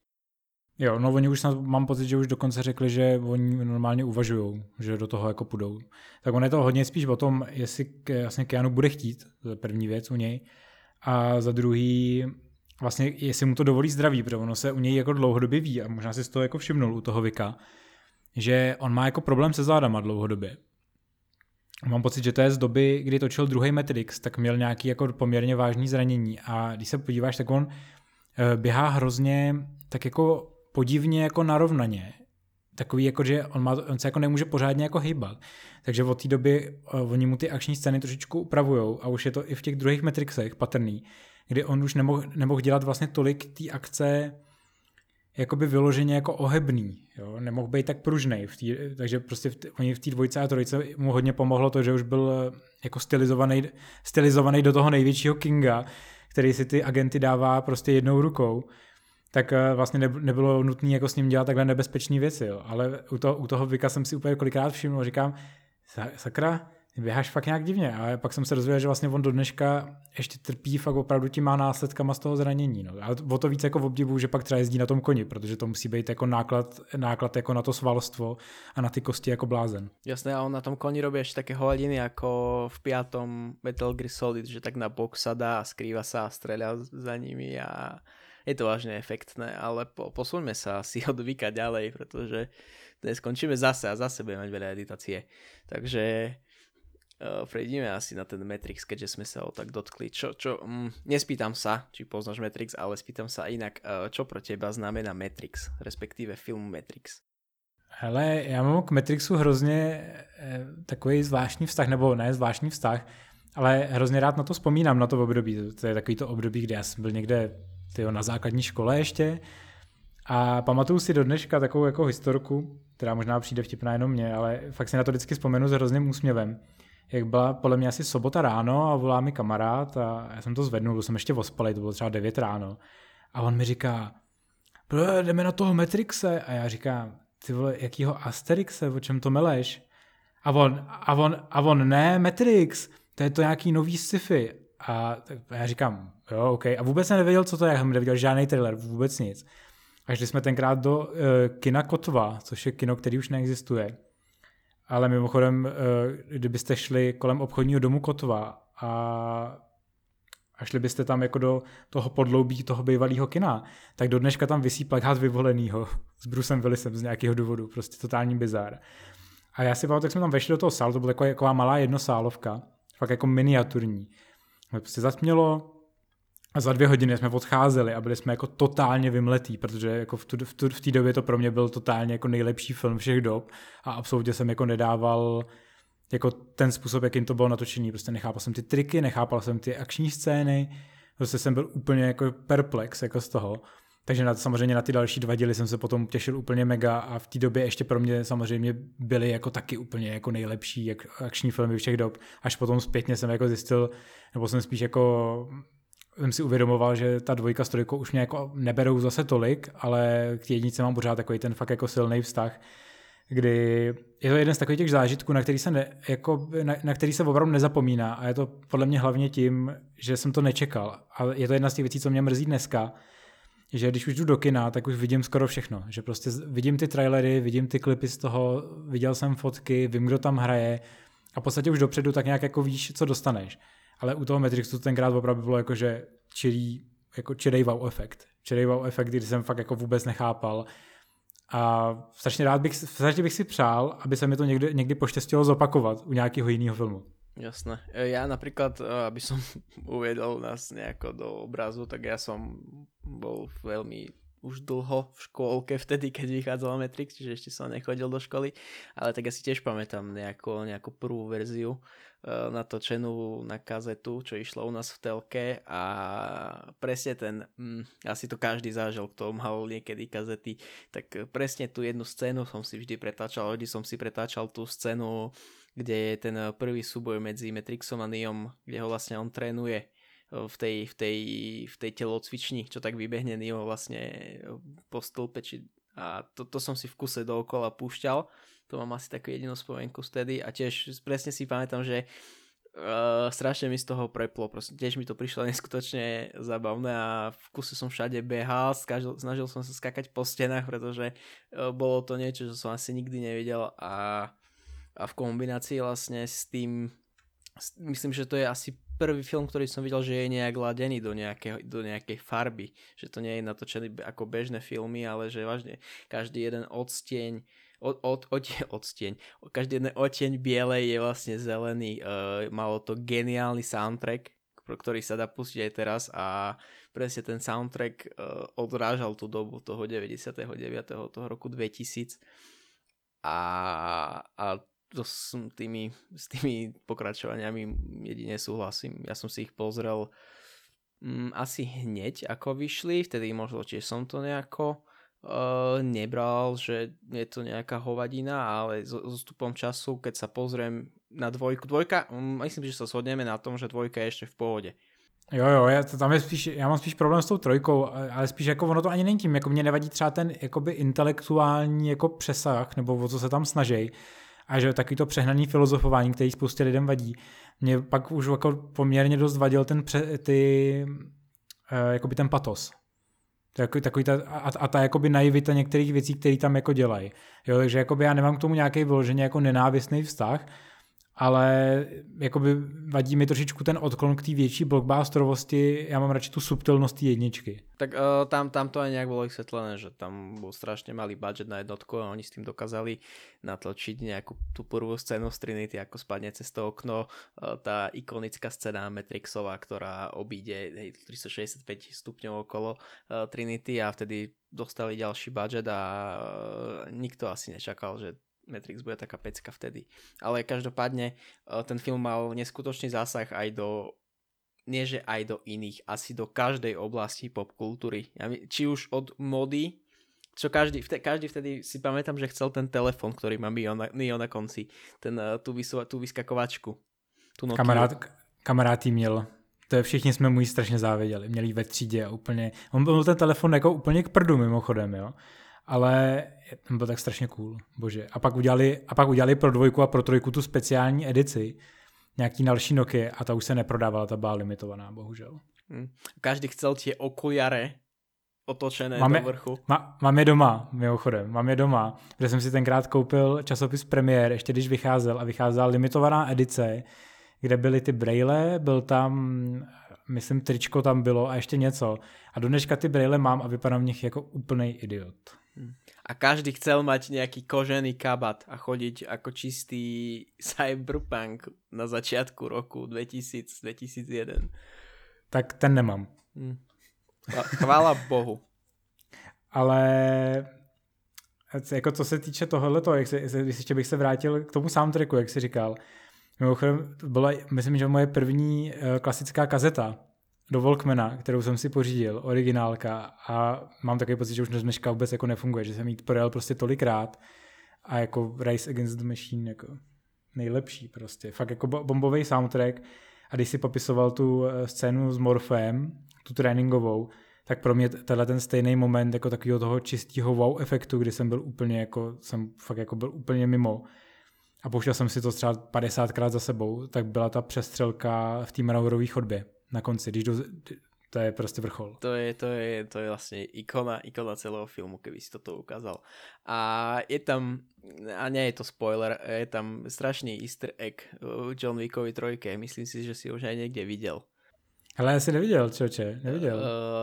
Jo, no oni už mám pocit, že už dokonce řekli, že oni normálně uvažujou, že do toho jako půjdou. Tak on je to hodně spíš o tom, jestli vlastně Keanu bude chtít, to je první věc u něj, a za druhý vlastně jestli mu to dovolí zdraví, protože ono se u něj jako dlouhodobě ví a možná si z toho jako všimnul u toho Vicka, že on má jako problém se zádama dlouhodobě. Mám pocit, že to je z doby, kdy točil druhý Matrix, tak měl nějaký jako poměrně vážný zranění a když se podíváš, tak on běhá hrozně tak jako podivně jako narovnaně. Takový jako, že on se jako nemůže pořádně jako hýbat. Takže od té doby oni mu ty akční scény trošičku upravujou a už je to i v těch druhých Matrixech patrný, kdy on už nemohl dělat vlastně tolik té akce jakoby vyloženě jako ohebný. Jo? Nemohl být tak pružnej. Takže prostě oni v té 2 a 3 mu hodně pomohlo to, že už byl jako stylizovaný do toho největšího Kinga, který si ty agenty dává prostě jednou rukou. Tak vlastně nebylo nutné jako s ním dělat takhle nebezpečné věci. Jo. Ale u toho Vicka jsem si úplně kolikrát všiml, říkám, sakra, běháš fakt nějak divně. A pak jsem se dozvěděl, že vlastně on do dneška ještě trpí fakt opravdu těma následkama z toho zranění. No. A o to víc jako v obdivu, že pak třeba jezdí na tom koni, protože to musí být jako náklad jako na to svalstvo a na ty kosti jako blázen. Jasné, a on na tom koni robí ešte také hovadiny ako v 5. Metal Gear Solid, že tak na bok sa dá a skrýva sa a streľa za nimi a je to vážne efektné, ale posuňme sa asi od Vicka ďalej, pretože dnes skončíme zase budeme mať veľa editácie. Takže prejdeme asi na ten Matrix, keďže sme sa ho tak dotkli. Nespýtam sa, či poznáš Matrix, ale spýtam sa inak, čo pro teba znamená Matrix, respektíve film Matrix? Hele, já mám k Matrixu hrozně takový zvláštní vztah, nebo ne zvláštní vztah, ale hrozně rád na to vzpomínám, na to období. To je takový to období, kdy já jsem byl někde na základní škole ještě A pamatuju si do dneška takovou jako historku, která možná přijde vtipná jenom mě, ale fakt si na to vždycky vzpomenu s hrozným úsměvem. Jak byla podle mě asi sobota ráno a volá mi kamarád a já jsem to zvednul, byl jsem ještě ospalej, to bylo třeba 9 ráno. A on mi říká, jdeme na toho Matrixe. A já říkám, ty vole, jakýho Asterixe, o čem to meleš? A on, ne, Matrix, to je to nějaký nový sci-fi. A já říkám, jo, OK. A vůbec jsem nevěděl, co to je, já jsem neviděl žádný trailer, vůbec nic. A šli jsme tenkrát do kina Kotva, což je kino, který už neexistuje. Ale mimochodem, kdybyste šli kolem obchodního domu Kotva a šli byste tam jako do toho podloubí toho bývalého kina, tak do dneška tam visí plakát Vyvolenýho s Brucem Willisem z nějakého důvodu, prostě totální bizár. A já si pamatuju, tak jsme tam vešli do toho sálu, to byla taková malá jednosálovka, fakt jako miniaturní. Prostě zatmělo a za 2 hodiny jsme odcházeli a byli jsme jako totálně vymletí, protože jako v té době to pro mě byl totálně jako nejlepší film všech dob a absolutně jsem jako nedával jako ten způsob, jakým to bylo natočený. Prostě nechápal jsem ty triky, nechápal jsem ty akční scény, prostě jsem byl úplně jako perplex jako z toho. Takže samozřejmě na ty další 2 díly jsem se potom těšil úplně mega a v té době ještě pro mě samozřejmě byly jako taky úplně jako nejlepší akční filmy všech dob. Až potom zpětně jsem jako zjistil, nebo jsem spíš jako jsem si uvědomoval, že ta 2 s 3 už mě jako neberou zase tolik, ale k té 1 mám pořád takový ten fakt jako silný vztah, kdy je to jeden z takových těch zážitků, na který se opravdu nezapomíná a je to podle mě hlavně tím, že jsem to nečekal. A je to jedna z těch věcí, co mě mrzí dneska, že když už jdu do kina, tak už vidím skoro všechno. Že prostě vidím ty trailery, vidím ty klipy z toho, viděl jsem fotky, vím, kdo tam hraje a v podstatě už dopředu tak nějak jako víš, co dostaneš. Ale u toho Matrixu tenkrát opravdu bylo jako, že čirý wow efekt. Čirý wow efekt, kdy jsem fakt jako vůbec nechápal. A strašně bych si přál, aby se mi to někdy poštěstilo zopakovat u nějakého jiného filmu. Jasné. Ja napríklad, aby som uviedol nás nejako do obrazu, tak ja som bol veľmi už dlho v škôlke vtedy, keď vychádzala Matrix, čiže ešte som nechodil do školy, ale tak ja si tiež pamätám nejakú prvú verziu natočenú na kazetu, čo išlo u nás v telke a presne asi to každý zažil, kto mal niekedy kazety, tak presne tú jednu scénu som si vždy pretáčal, tú scénu, kde je ten prvý súboj medzi Matrixom a Neom, kde ho vlastne on trénuje v tej telocvični, čo tak vybehne Neo vlastne po stĺpe. A to som si v kuse dookola púšťal. To mám asi takú jedinú spomienku vtedy a tiež presne si pamätám, že strašne mi z toho preplo. Proste tiež mi to prišlo neskutočne zabavné a v kuse som všade behal, snažil som sa skakať po stenách, pretože bolo to niečo, čo som asi nikdy nevidel a v kombinácii vlastne s tým, myslím, že to je asi prvý film, ktorý som videl, že je nejak ladený do nejakej farby, že to nie je natočený ako bežné filmy, ale že vážne každý jeden každý jeden odtieň bielej je vlastne zelený. Malo to geniálny soundtrack, ktorý sa dá pustiť aj teraz a presne ten soundtrack odrážal tú dobu toho 99. toho roku 2000 a s tými pokračovaniami jedine súhlasím. Ja som si ich pozrel asi hneď, ako vyšli, vtedy možno tiež som to nejako nebral, že je to nejaká hovadina, ale so stupom času, keď sa pozriem na dvojka, myslím, že sa shodneme na tom, že 2 je ešte v pohode. Jo, já mám spíš problém s tou 3, ale spíš jako ono to ani není tím, jako mě nevadí třeba ten jakoby intelektuální jako přesah, nebo o co se tam snaží. A že takový to přehnaný filozofování, který spoustě lidem vadí, mě pak už jako poměrně dost vadil jakoby ten patos. Takový ta jakoby naivita některých věcí, které tam jako dělají. Jo, takže jakoby já nemám k tomu nějaký vyloženě jako nenávistný vztah, ale jakoby vadí mi trošičku ten odklon k té větší blockbusterovosti, já mám radši tu subtilnost té 1. Tak tam to aj nejak bolo vysvetlené, že tam bol strašne malý budget na 1 a oni s tým dokázali natlačiť nejakú tú prvú scénu z Trinity, ako spadne cez to okno, tá ikonická scéna Matrixová, ktorá obíde 365 stupňov okolo Trinity a vtedy dostali ďalší budget a nikto asi nečakal, že Matrix bude taká pecka vtedy. Ale každopádne ten film mal neskutočný zásah aj nie že aj do iných, asi do každej oblasti popkultúry. Či už od mody, Čo každý vtedy si pamätám, že chcel ten telefon, ktorý má Neo na konci. Tú vyskakovačku. Tu Nokia. Kamarád jí měl. To je, všichni jsme mu ji strašně záviděli. Měli ji ve třídě a úplně... On byl ten telefon jako úplně k prdu mimochodem, jo. Ale byl tak strašně cool, bože. A pak udělali pro 2 a pro 3 tu speciální edici. Nějaký další Nokia a ta už se neprodávala, ta byla limitovaná, bohužel. Každý chcel tie okuliare otočené do vrchu. Mám je doma, mimochodem. Mám je doma, kde jsem si tenkrát koupil časopis Premiér, ještě když vycházel a vycházela limitovaná edice, kde byly ty brejle, byl tam, myslím, tričko tam bylo a ještě něco. A do dneška ty brejle mám a vypadám v nich jako úplnej idiot. A každý chcel mať nejaký kožený kabát a chodiť ako čistý cyberpunk na začiatku roku 2000-2001. Tak ten nemám. Chvála Bohu. Ale jako co se týče tohoto, ještě bych se vrátil k tomu soundtracku, jak jsi říkal. Mimochodem, byla, myslím, že moje první klasická kazeta do Walkmana, kterou jsem si pořídil, originálka, a mám takový pocit, že už dneška vůbec jako nefunguje, že jsem jí projel prostě tolikrát a jako Rise Against the Machine jako nejlepší prostě. Fakt jako bombový soundtrack. A když si popisoval tu scénu s Morphem, tu tréninkovou, tak pro mě ten stejný moment jako takového toho čistého wow efektu, kdy jsem byl úplně jako, jsem fakt jako byl úplně mimo. A pouštěl jsem si to třeba 50krát za sebou, tak byla ta přestřelka v té Mauerové chodbě na konci, to je prostě vrchol. To je vlastne ikona celého filmu, keby si toto ukázal. A je tam, a nie je to spoiler, je tam strašný easter egg v John Wickovi 3. Myslím si, že si už aj niekde videl. Ale já si neviděl, čoče, neviděl.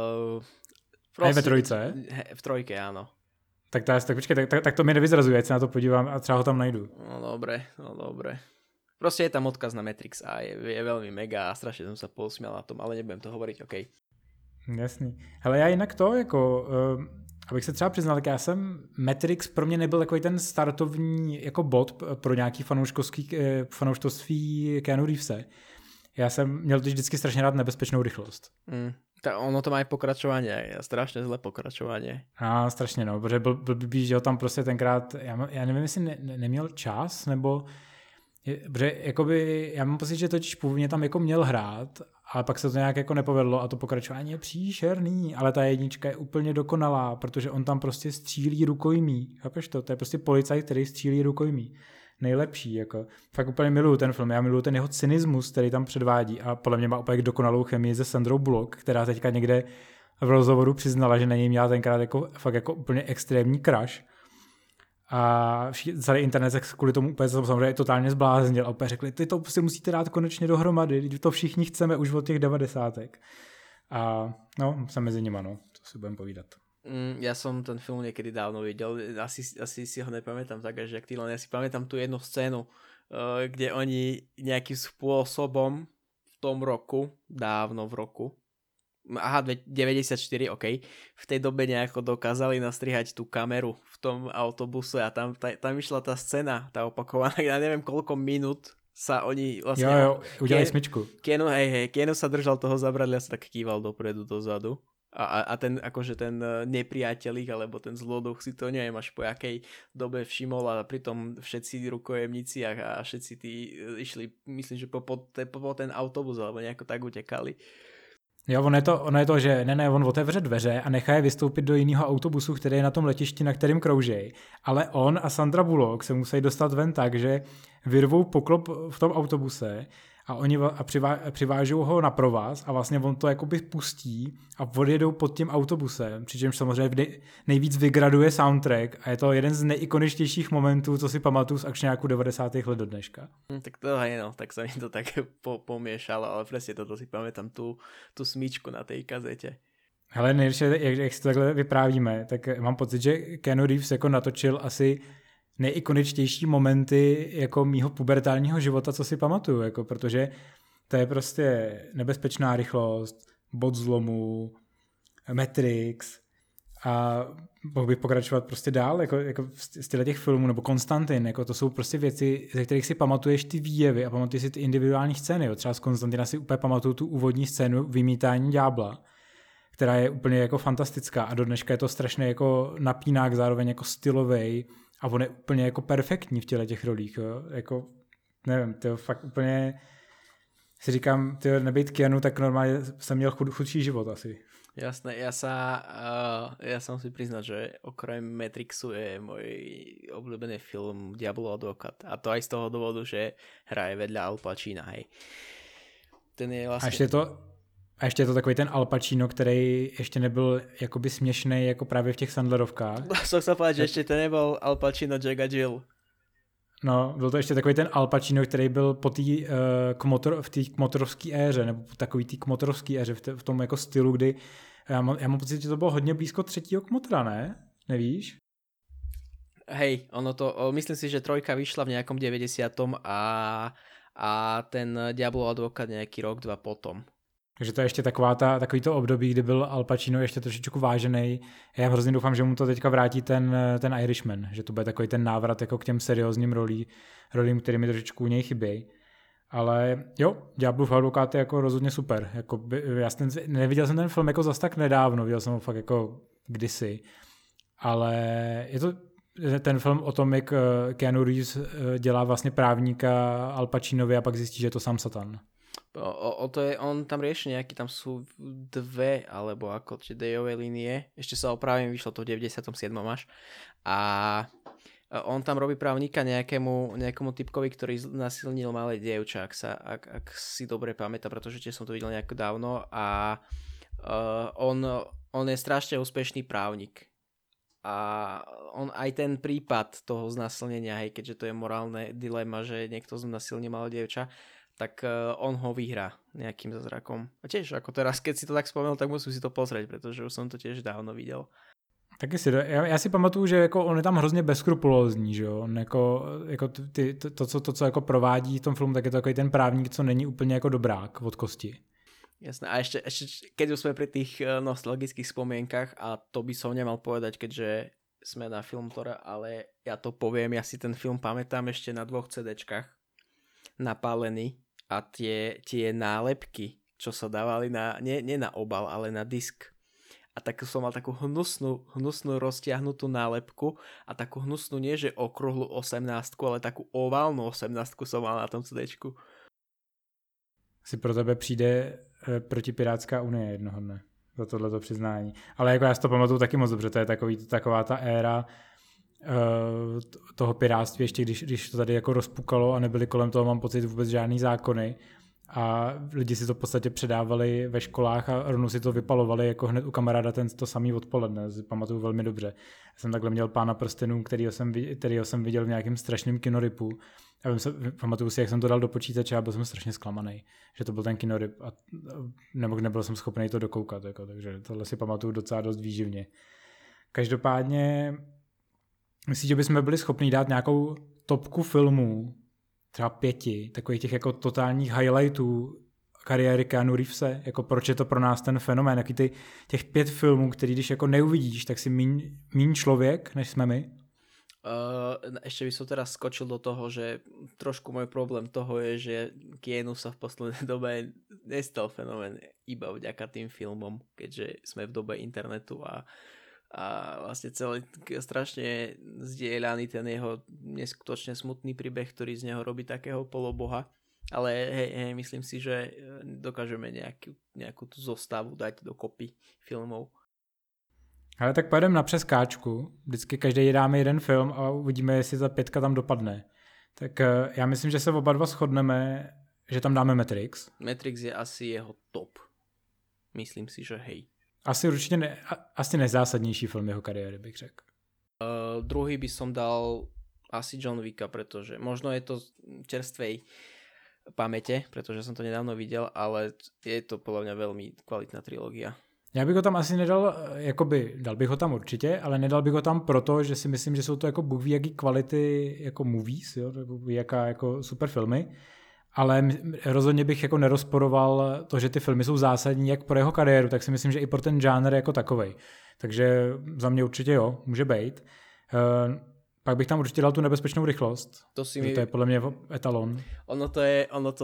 Aj ve 3? V 3, áno. Tak počkej, tak to mi nevyzrazuje, ať se na to podívám a třeba ho tam najdu. No dobre. Proste je tam odkaz na Matrix a je veľmi mega a strašne som sa posmial na tom, ale nebudem to hovoriť, okej. Jasný. Hele, já jinak to, jako, abych se třeba přiznal, tak já jsem, Matrix pro mě nebyl takový ten startovní jako bod pro nějaký fanouškovství Keanu Reevese. Já jsem měl vždycky strašně rád Nebezpečnou rychlost. Ono to má aj pokračovanie, strašne zlé pokračovanie. Strašně, no, protože byl blbý, že ho tam prostě tenkrát, já nevím, jestli neměl čas, nebo protože jakoby, já mám pocit, že totiž původně tam jako měl hrát, ale pak se to nějak jako nepovedlo a to pokračování je příšerný, ale ta jednička je úplně dokonalá, protože on tam prostě střílí rukojmí. Chápeš to? To je prostě policajt, který střílí rukojmí. Nejlepší, jako. Fakt úplně miluju ten film, já miluju ten jeho cynismus, který tam předvádí a podle mě má úplně dokonalou chemii se Sandrou Bullock, která teďka někde v rozhovoru přiznala, že na něj měla tenkrát jako, fakt jako úplně extrémní crush. A celý internet se kvůli tomu úplně samozřejmě totálně zbláznil a úplně řekli, ty to si musíte dát konečně dohromady, to všichni chceme už od těch 90. A no, jsem mezi nima, no, to si budem povídat. Ja som ten film niekedy dávno videl, asi si ho nepamätám tak, že jak ty, len ja si pamätám tú jednu scénu, kde oni nejakým spôsobom v tom roku, dávno v roku, 94, ok, v tej dobe nejako dokázali nastrihať tú kameru v tom autobuse a tam išla tá scéna, tá opakovaná, ja neviem koľko minút sa oni vlastne... Jo, udělali smyčku. Keanu sa držal toho zabradlia, sa tak kýval dopredu, dozadu. A ten, akože ten nepriateľík alebo ten zloduch si to neviem až po jakej dobe všimol a pritom všetci rukojemníci a všetci tí išli, myslím, že po ten autobus alebo nejako tak utekali. Jo, ono je to, že on otevře dveře a nechá je vystoupit do jiného autobusu, který je na tom letišti, na kterým kroužej. Ale on a Sandra Bullock se musí dostat ven tak, že vyrvou poklop v tom autobuse a oni přivážou ho na provaz a vlastně on to jakoby pustí a odjedou pod tím autobusem, přičemž samozřejmě nejvíc vygraduje soundtrack a je to jeden z nejikoničtějších momentů, co si pamatuju z akčňáku 90. let do dneška. Tak to je, no, tak sa mi to tak pomiešalo, ale presne toto si pamätám tú smíčku na tej kazete. Hele, nejlepší, jak si to takhle vyprávíme, tak mám pocit, že Keanu Reeves jako natočil asi nejikoničtější momenty jako mýho pubertálního života, co si pamatuju, jako, protože to je prostě Nebezpečná rychlost, Bod zlomu, Matrix a mohl bych pokračovat prostě dál, jako z těch filmů, nebo Konstantin, jako to jsou prostě věci, ze kterých si pamatuješ ty výjevy a pamatuješ si ty individuální scény, jo. Třeba z Konstantina si úplně pamatuju tu úvodní scénu vymítání ďábla, která je úplně jako fantastická a do dneška je to strašně jako napínák, zároveň jako stylovej a on je úplně jako perfektní v těch rolích, jo? Jako, nevím, to je fakt úplně, si říkám, nebejt Keanu, tak normálně jsem měl chudší život asi. Jasné, ja som si priznal, že okrem Matrixu je môj obľúbený film Diablo Advocate. A to aj z toho dôvodu, že hraje vedľa Al Pacina, hej. Ten je vlastne... A ještě je to takový ten Al Pacino, který ještě nebyl jakoby směšnej jako právě v těch Sandlerovkách. Som sa povedať, že ešte to nebol Al Pacino, Jack a Jill. No, byl to ještě takový ten Al Pacino, který byl po v té kmotorovské éře, nebo takový té kmotorovské éře, v tom jako stylu, kdy já mám pocit, že to bylo hodně blízko třetího kmotra, ne? Nevíš? Hej, ono to, myslím si, že trojka vyšla v nejakom 90. a ten Diablo Advocate nejaký rok, 2 potom. Takže to je ještě takový to období, kdy byl Al Pacino ještě trošičku vážený. Já hrozně doufám, že mu to teďka vrátí ten Irishman, že to bude takový ten návrat jako k těm seriózním rolím, který mi trošičku u něj chybějí. Ale jo, Diablův advokát je jako rozhodně super. Jako neviděl jsem ten film jako zas tak nedávno, viděl jsem ho fakt jako kdysi. Ale je to ten film o tom, jak Keanu Reeves dělá vlastně právníka Al Pacinovi a pak zjistí, že je to sám Satan. On tam rieši nejaký, tam sú dve, alebo ako, či dejové línie, ešte sa opravím, vyšlo to v 97. až, a on tam robí právnika nejakému typkovi, ktorý nasilnil malé dievča, ak si dobre pamätám, pretože tiež som to videl nejako dávno, a on je strašne úspešný právnik. A on aj ten prípad toho znasilnenia, hej, keďže to je morálne dilema, že niekto znasilní malé dievča, tak on ho vyhrá nejakým zázrakom. A tiež, ako teraz, keď si to tak spomenul, tak musím si to pozrieť, pretože už som to tiež dávno videl. Taky já si pamatuju, že jako on je tam hrozně bezskrupulózní, že jo? On jako to, co jako provádí v tom filmu, tak je to takový ten právník, co není úplně jako dobrák od kosti. Jasné. A ešte keď už sme pri tých nostalgických spomienkach, a to by som nemal povedať, keďže sme na Filmtore, ale ja to poviem, ja si ten film pamätám ešte na 2 CDčkách napálený. A tie nálepky, čo sa dávali nie na obal, ale na disk. A tak som mal takú hnusnú roztiahnutú nálepku a takú hnusnú, nie že okrúhlu 18, ale takú oválnu 18 som mal na tom CDčku. Si pro tebe přijde protipirátská unie jednoho dne za tohleto přiznání. Ale jako já si to pamatuju taky moc dobře, to je taková ta éra toho pirátství, ještě když to tady jako rozpukalo a nebyly kolem toho, mám pocit, vůbec žádný zákony a lidi si to v podstatě předávali ve školách a rovnou si to vypalovali jako hned u kamaráda to samý odpoledne, si pamatuju velmi dobře. Já jsem takhle měl Pána prstenů, kterýho jsem viděl v nějakém strašném kinorypu a pamatuju si, jak jsem to dal do počítače a byl jsem strašně zklamaný, že to byl ten kinoryp a nebyl jsem schopný to dokoukat, jako, takže tohle si pamatuju docela dost výživně. Každopádně myslím, že bychom byli schopni dát nějakou topku filmů, třeba 5, takových těch jako totálních highlightů kariéry Keanu Reevese, jako proč je to pro nás ten fenomén, jaký těch 5 filmů, který když jako neuvidíš, tak si míň člověk, než jsme my. Ešte by som teraz skočil do toho, že trošku môj problém toho je, že Keanu sa v poslednej dobe nestal fenomén iba vďaka tým filmom, keďže sme v dobe internetu a vlastne celý strašne zdieľaný ten jeho neskutočne smutný príbeh, ktorý z neho robí takého poloboha. Ale hej, myslím si, že dokážeme nejakú tú zostavu dať dokopy filmov. Ale tak pojedeme na přeskáčku. Vždycky každý dáme jeden film a uvidíme, jestli ta 5 tam dopadne. Tak já myslím, že se oba dva shodneme, že tam dáme Matrix. Matrix je asi jeho top. Myslím si, že hej. Asi určitě asi nejzásadnější film jeho kariéry, bych řekl. Druhý by som dal asi John Wicka, pretože možno je to čerstvej pamäte, pretože som to nedávno videl, ale je to podľa mňa veľmi kvalitná trilógia. Já bych ho tam asi nedal, dal bych ho tam určitě, ale nedal bych ho tam proto, že si myslím, že jsou to jako bůh ví jaký kvality jako movies, jo, bůh ví jaká jako super filmy, ale rozhodně bych jako nerozporoval to, že ty filmy jsou zásadní jak pro jeho kariéru, tak si myslím, že i pro ten žánr jako takovej. Takže za mě určitě jo, může být. Pak bych tam určitě dal tu nebezpečnou rychlost. To je podle mě etalon. Ono to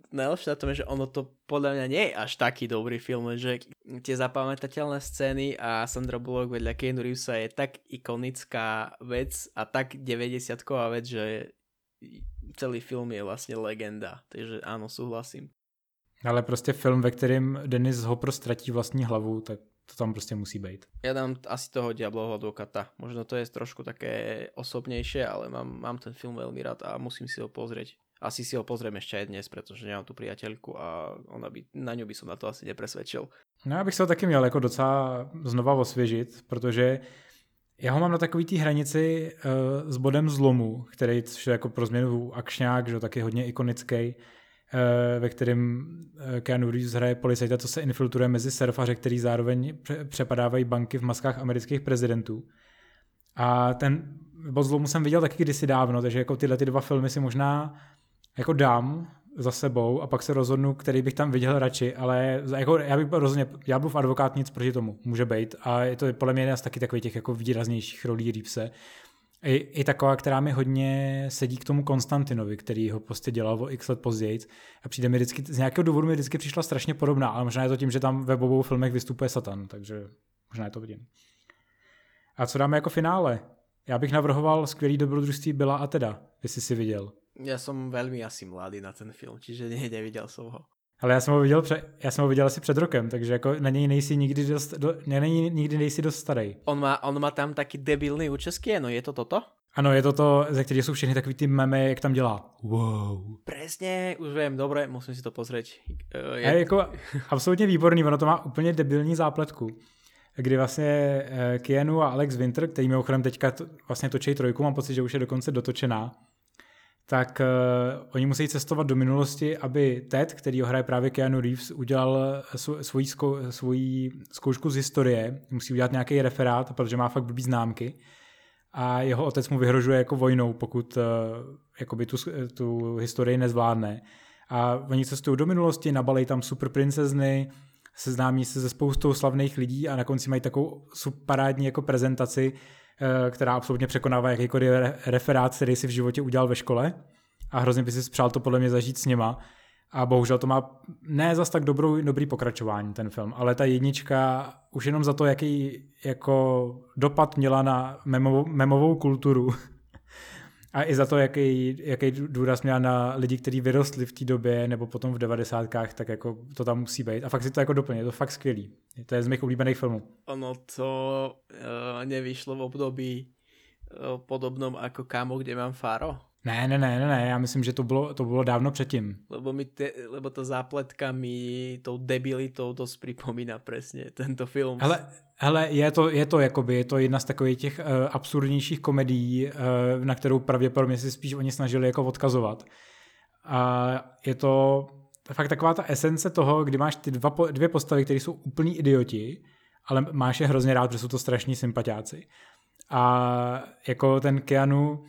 najlepšie na tom je, že ono to podľa mňa nie je až taký dobrý film, že tie zapamätateľné scény a Sandra Bullock vedľa Keanu Reevesa je tak ikonická vec a tak 90-ková vec, že celý film je vlastne legenda. Takže áno, súhlasím. Ale prostě film, ve kterém Dennis Hopper ztratí vlastní hlavu, tak to tam prostě musí být. Ja dám asi toho Diablovho advokáta. Možno to je trošku také osobnejšie, ale mám ten film veľmi rád a musím si ho pozrieť. Asi si ho pozriem ešte aj dnes, pretože nemám tu priateľku a na ňu by som na to asi nepresvedčil. No já bych se ho taky měl jako docela znova osvěžit, protože já ho mám na takový té hranici s bodem zlomu, který je jako pro změnu akčňák, že taky hodně ikonický, ve kterém Keanu Reeves hraje policajta, co se infiltruje mezi surfaře, který zároveň přepadávají banky v maskách amerických prezidentů. A ten bod zlomu jsem viděl taky kdysi dávno, takže jako tyhle ty dva filmy si možná jako dám za sebou a pak se rozhodnu, který bych tam viděl radši, ale jako já bych rozhodně, Ďáblův advokát nic proti tomu může být a je to podle mě jedna z taky takových těch jako výraznějších rolí Reevese. I taková, která mi hodně sedí k tomu Konstantinovi, který ho prostě dělal o x let později a přijde mi vždycky, z nějakého důvodu mi vždycky přišla strašně podobná, ale možná je to tím, že tam ve obou filmech vystupuje Satan, takže možná je to vidím. A co dáme jako finále? Já bych navrhoval skvělý dobrodružství Billa a Teda, jestli si viděl. Ja som veľmi asi mladý na ten film, čiže nevidel som ho. Ale já jsem ho viděl asi před rokem, takže jako na něj nejsi nikdy nejsi dost starý. On má tam taký debilný účesky, no je to toto? Ano, je to, ze kterých jsou všechny takový ty memy, jak tam dělá. Wow. Presne, už viem, dobre, musím si to pozrieť. Je jako absolutně výborný, ono to má úplně debilní zápletku, kdy vlastně Keanu a Alex Winter, který mimochodem teďka vlastně točí trojku, mám pocit, že už je dokonce dotočená, tak oni musí cestovat do minulosti, aby Ted, který ho hraje právě Keanu Reeves, udělal svoji zkoušku z historie, musí udělat nějaký referát, protože má fakt blbý známky a jeho otec mu vyhrožuje jako vojnou, pokud jakoby tu historii nezvládne. A oni cestují do minulosti, nabalej tam super princezny, seznámí se se spoustou slavných lidí a na konci mají takovou parádní jako prezentaci, která absolutně překonává jakýkoliv referát, který si v životě udělal ve škole a hrozně by si spřál to podle mě zažít s něma a bohužel to má ne zas tak dobrý pokračování ten film, ale ta jednička už jenom za to, jaký jako dopad měla na memovou kulturu a i za to, jaký důraz měla na lidi, kteří vyrostli v té době nebo potom v 90kách, tak jako to tam musí být. A fakt si to jako doplně, je to fakt skvělý. To je z mých oblíbených filmů. Ono to nevyšlo v období podobnom ako Kámo, kde mám Faro? Ne, já myslím, že to bylo dávno předtím. Lebo to zápletka mi tou debilitou dosť pripomína presne tento film. Hele, je to jedna z takových těch absurdnějších komedií, na kterou pravděpodobně si spíš oni snažili jako odkazovat. A je to fakt taková ta esence toho, kdy máš ty dvě postavy, které jsou úplní idioti, ale máš je hrozně rád, protože jsou to strašní sympatiáci. A jako ten Keanu,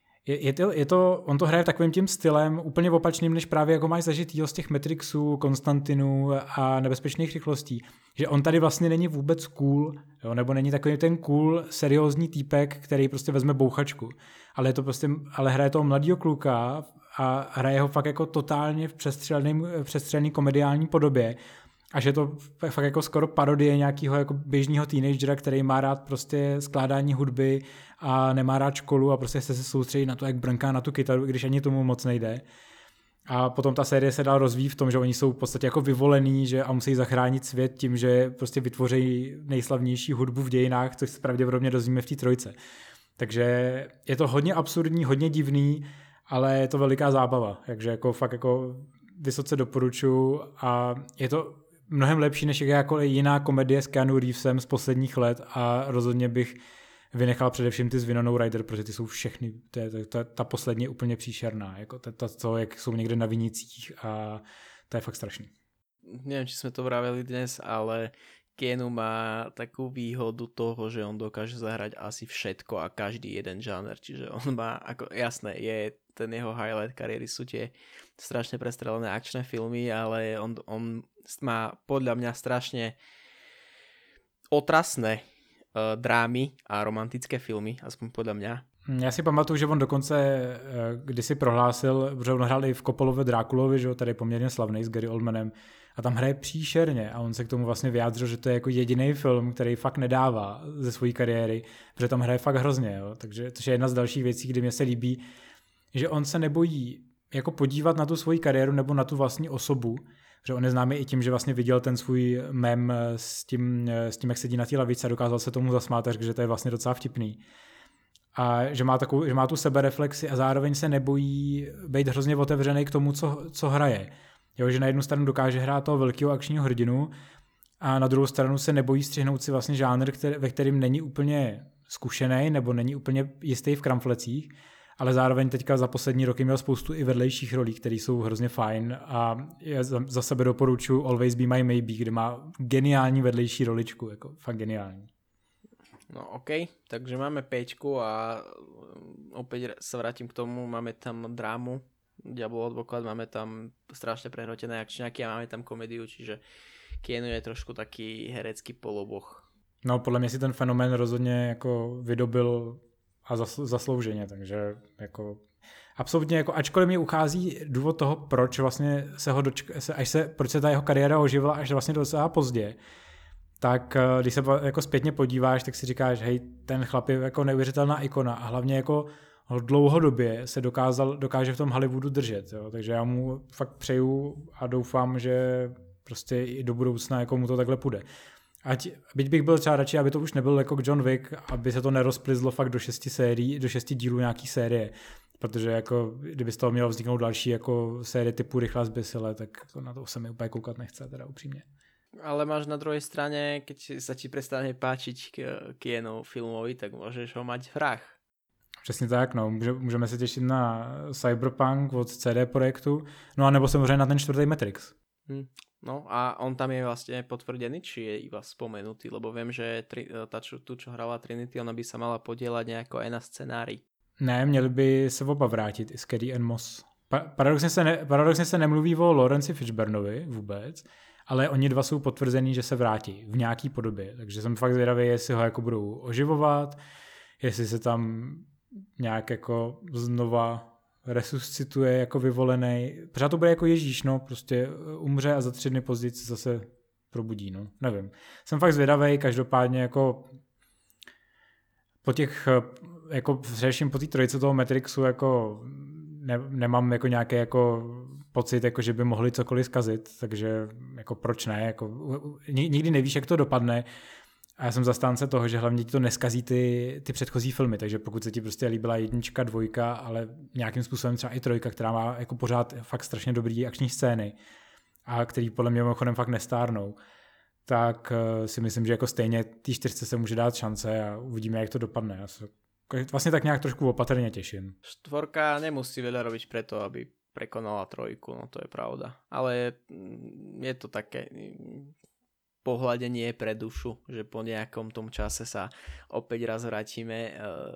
on to hraje takovým tím stylem úplně opačným, než právě jako máš zažitýho z těch Matrixů, Konstantinů a Nebezpečných rychlostí. Že on tady vlastně není vůbec cool, jo, nebo není takový ten cool, seriózní týpek, který prostě vezme bouchačku. Ale hraje toho mladýho kluka a hraje ho fakt jako totálně v přestřelný komediální podobě. A že to fakt jako skoro parodie nějakého jako běžného teenagera, který má rád prostě skládání hudby a nemá rád školu a prostě se soustředí na to, jak brnká na tu kytaru, i když ani tomu moc nejde. A potom ta série se dál rozvíjí v tom, že oni jsou v podstatě jako vyvolení, že a musí zachránit svět tím, že prostě vytvoří nejslavnější hudbu v dějinách, což se pravděpodobně dozvíme v té trojce. Takže je to hodně absurdní, hodně divný, ale je to veliká zábava. Takže jako fakt jako vysoce doporučuji a je to mnohem lepší než jakákoliv jiná komedie s Keanu Reevesem z posledních let a rozhodně bych vynechal především ty s Winonou Ryder, protože ty jsou všechny, ta poslední je úplně příšerná, jako to, jak jsou někde na vinicích a to je fakt strašný. Neviem, či sme to vraveli dnes, ale Keanu má takú výhodu toho, že on dokáže zahrať asi všetko a každý jeden žáner, čiže on má, ako jasné, je ten jeho highlight kariéry sú tie strašne prestrelené akčné filmy, ale on má podľa mňa strašne otrasné drámy a romantické filmy, aspoň podľa mňa. Já si pamatuju, že on dokonce kdysi prohlásil, že on hrál i v Coppolove Drákulovi, že tady je poměrně slavný s Gary Oldmanem, a tam hraje příšerně a on se k tomu vlastně vyjádřil, že to je jako jediný film, který fakt nedává ze své kariéry, protože tam hraje fakt hrozně, jo. Takže to je jedna z dalších věcí, kdy mě se líbí, že on se nebojí jako podívat na tu svoji kariéru nebo na tu vlastní osobu, že on je známý i tím, že vlastně viděl ten svůj mem s tím, jak sedí na té lavici a dokázal se tomu zasmát, takže to je vlastně docela vtipný. A že má tu sebereflexi a zároveň se nebojí být hrozně otevřený k tomu, co hraje. Jo, že na jednu stranu dokáže hrát toho velkého akčního hrdinu a na druhou stranu se nebojí střihnout si vlastně žánr, ve kterým není úplně zkušený nebo není úplně jistý v kramflecích, ale zároveň teďka za poslední roky měl spoustu i vedlejších rolí, které jsou hrozně fajn a já za sebe doporučuji Always Be My Maybe, kde má geniální vedlejší roličku, jako fakt geniální. No OK, takže máme 5 a opäť sa vrátim k tomu, máme tam drámu, Diablov advokát, máme tam strašne prehrotené akčňáky a máme tam komédiu, čiže Keanu je trošku taký herecký poloboch. No podle mě si ten fenomén rozhodně jako vydobil a zaslouženě, takže jako absolutně jako, ačkoliv mi uchází důvod toho, proč vlastně proč se ta jeho kariéra oživila až vlastně docela pozdě, tak když se jako zpětně podíváš, tak si říkáš, hej, ten chlap je jako neuvěřitelná ikona a hlavně jako dlouhodobě se dokáže v tom Hollywoodu držet, jo? Takže já mu fakt přeju a doufám, že prostě i do budoucna jako mu to takhle půjde. Byť bych byl třeba radši, aby to už nebyl jako John Wick, aby se to nerozplizlo fakt do 6 dílů nějaký série, protože jako kdyby z toho mělo vzniknout další jako série typu Rychlá zběsile, tak to na to se mi úplně koukat nechce, teda upřímně. Ale máš na druhej strane, keď sa ti prestane páčiť Keanu filmový, tak môžeš ho mať v hrách. Přesně tak, no. Můžeme se těšit na Cyberpunk od CD Projektu, no a nebo samozřejmě na ten 4. Matrix. No a on tam je vlastne potvrdený, či je iba spomenutý, lebo viem, že tu, čo hrala Trinity, ona by sa mala podielať nejako aj na scenári. Ne, měli by se oba vrátit, i Skady and Moss. Paradoxně se nemluví o Lawrence Fishburnovi vůbec, ale oni dva jsou potvrzení, že se vrátí v nějaký podobě, takže jsem fakt zvědavý, jestli ho jako budou oživovat, jestli se tam nějak jako znova resuscituje jako vyvolený. Pořád to bude jako Ježíš, no, prostě umře a za 3 dny později se zase probudí, no, nevím. Jsem fakt zvědavý, každopádně jako po těch, jako především po té trojice toho Matrixu jako nemám jako nějaký jako pocit, jako že by mohli cokoliv zkazit, takže jako proč ne, jako nikdy nevíš, jak to dopadne. A já jsem zastánce toho, že hlavně ti to neskazí ty předchozí filmy, takže pokud se ti prostě líbila 1, 2, ale nějakým způsobem třeba i 3, která má jako pořád fakt strašně dobrý akční scény a který podle mě mimochodem fakt nestárnou, tak si myslím, že jako stejně té 4 se může dát šance a uvidíme, jak to dopadne. Já se vlastně tak nějak trošku opatrně těším. 4 nemusí veľa robiť preto, aby prekonala 3, no to je pravda. Ale je to také pohľadenie pre dušu, že po nejakom tom čase sa opäť raz vrátime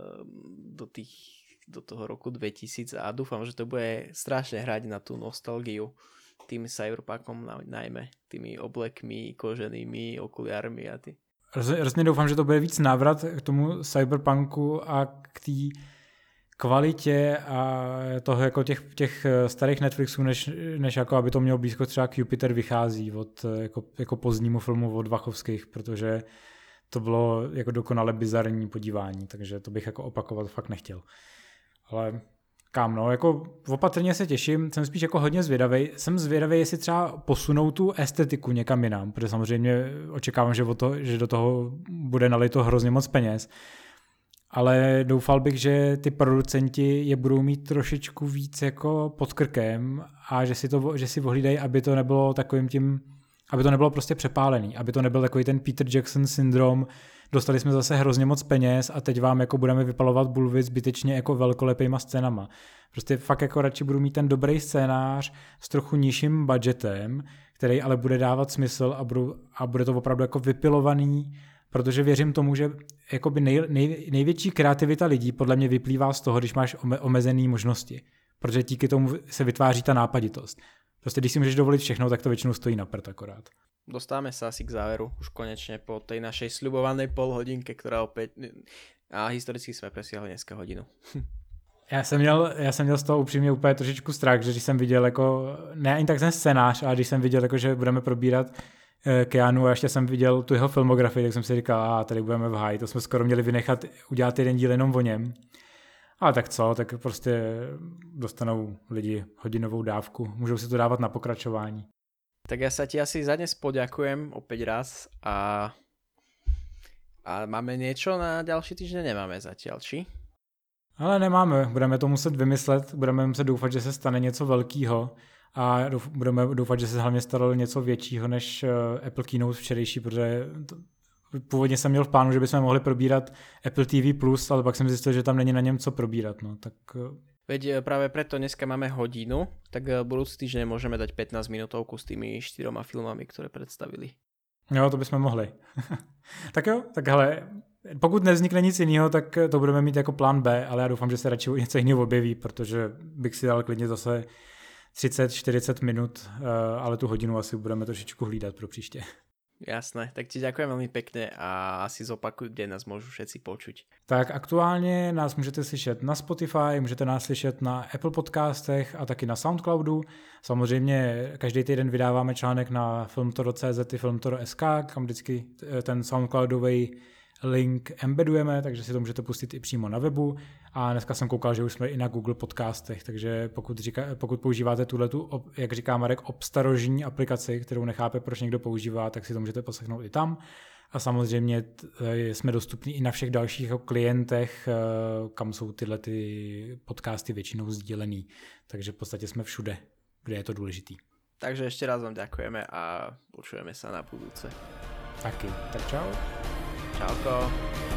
do toho roku 2000 a dúfam, že to bude strašne hrať na tú nostalgiu tým cyberpunkom najmä, tými oblekmi, koženými okuliármi a ty. Rozhodně doufám, že to bude víc návrat k tomu cyberpunku a k té kvalitě a toho jako těch starých Netflixů, než jako aby to mělo blízko třeba k Jupiter vychází od jako pozdnímu filmu od Wachowských, protože to bylo jako dokonale bizarní podívání, takže to bych jako opakovat fakt nechtěl. Ale kam, no, jako opatrně se těším, jsem spíš jako hodně zvědavej. Jsem zvědavej, jestli třeba posunou tu estetiku někam jinam, protože samozřejmě očekávám, že do toho bude nalito hrozně moc peněz. Ale doufal bych, že ty producenti je budou mít trošičku víc jako pod krkem a že si ohlídají, aby to nebylo takovým tím, aby to nebylo prostě přepálený, aby to nebyl takový ten Peter Jackson syndrom, dostali jsme zase hrozně moc peněz a teď vám jako budeme vypalovat bulvy zbytečně jako velkolepejma scénama. Prostě fakt jako radši budu mít ten dobrý scénář s trochu nižším budgetem, který ale bude dávat smysl a bude to opravdu jako vypilovaný, protože věřím tomu, že jakoby největší kreativita lidí podle mě vyplývá z toho, když máš omezené možnosti, protože díky tomu se vytváří ta nápaditost. Prostě když si můžeš dovolit všechno, tak to většinou stojí na prd akorát. Dostávame sa asi k záveru už konečne po tej našej sľubovanej polhodinke, ktorá opäť A historicky jsme presiahli dneska hodinu. Já jsem měl z toho upřímně úplně trošičku strach, že když jsem viděl jako, ne ani tak ten scénář, ale když jsem viděl, jako, že budeme probírat Keanu a ještě jsem viděl tu jeho filmografii, tak jsem si říkal, tady budeme v háji, to jsme skoro měli vynechat, udělat jeden díl jenom o něm. Ale tak co, tak prostě dostanou lidi hodinovou dávku, můžou si to dávat na pokračování. Tak ja sa ti asi za dnes poďakujem opäť raz a máme niečo na ďalší týždeň? Nemáme zatiaľ, či? Ale nemáme, budeme to muset vymyslet, budeme muset doufat, že se stane něco velkýho a budeme doufat, že se hlavně stalo něco většího než Apple Keynote včerejší, protože původně jsem měl v plánu, že bychom mohli probírat Apple TV+, ale pak jsem zjistil, že tam není na něm co probírat. No, tak... Veď práve preto dneska máme hodinu, tak budúci týždeň môžeme dať 15 minútovku s tými 4 filmami, ktoré predstavili. Jo, to bychom mohli. Tak jo, tak hele, pokud nevznikne nic jiného, tak to budeme mít jako plán B, ale já doufám, že se radši něco jiného objeví, protože bych si dal klidně zase 30-40 minut, ale tu hodinu asi budeme trošičku hlídat pro příště. Jasné, tak ti ďakujem veľmi pekne a asi zopakuj, kde nás môžu všetci počuť. Tak aktuálně nás můžete slyšet na Spotify, můžete nás slyšet na Apple podcastech a taky na Soundcloudu. Samozřejmě každý týden vydáváme článek na filmtoro.cz i filmtoro.sk, kam vždycky ten Soundcloudový link embedujeme, takže si to můžete pustit i přímo na webu. A dneska jsem koukal, že už jsme i na Google podcastech, takže pokud používáte tuhletu, jak říká Marek, obstarožní aplikaci, kterou nechápe, proč někdo používá, tak si to můžete poslechnout i tam. A samozřejmě jsme dostupní i na všech dalších klientech, kam jsou tyhle ty podcasty většinou sdílený. Takže v podstatě jsme všude, kde je to důležitý. Takže ešte raz vám ďakujeme a počujeme sa na budúce. Taky. Tak čau. Čauko.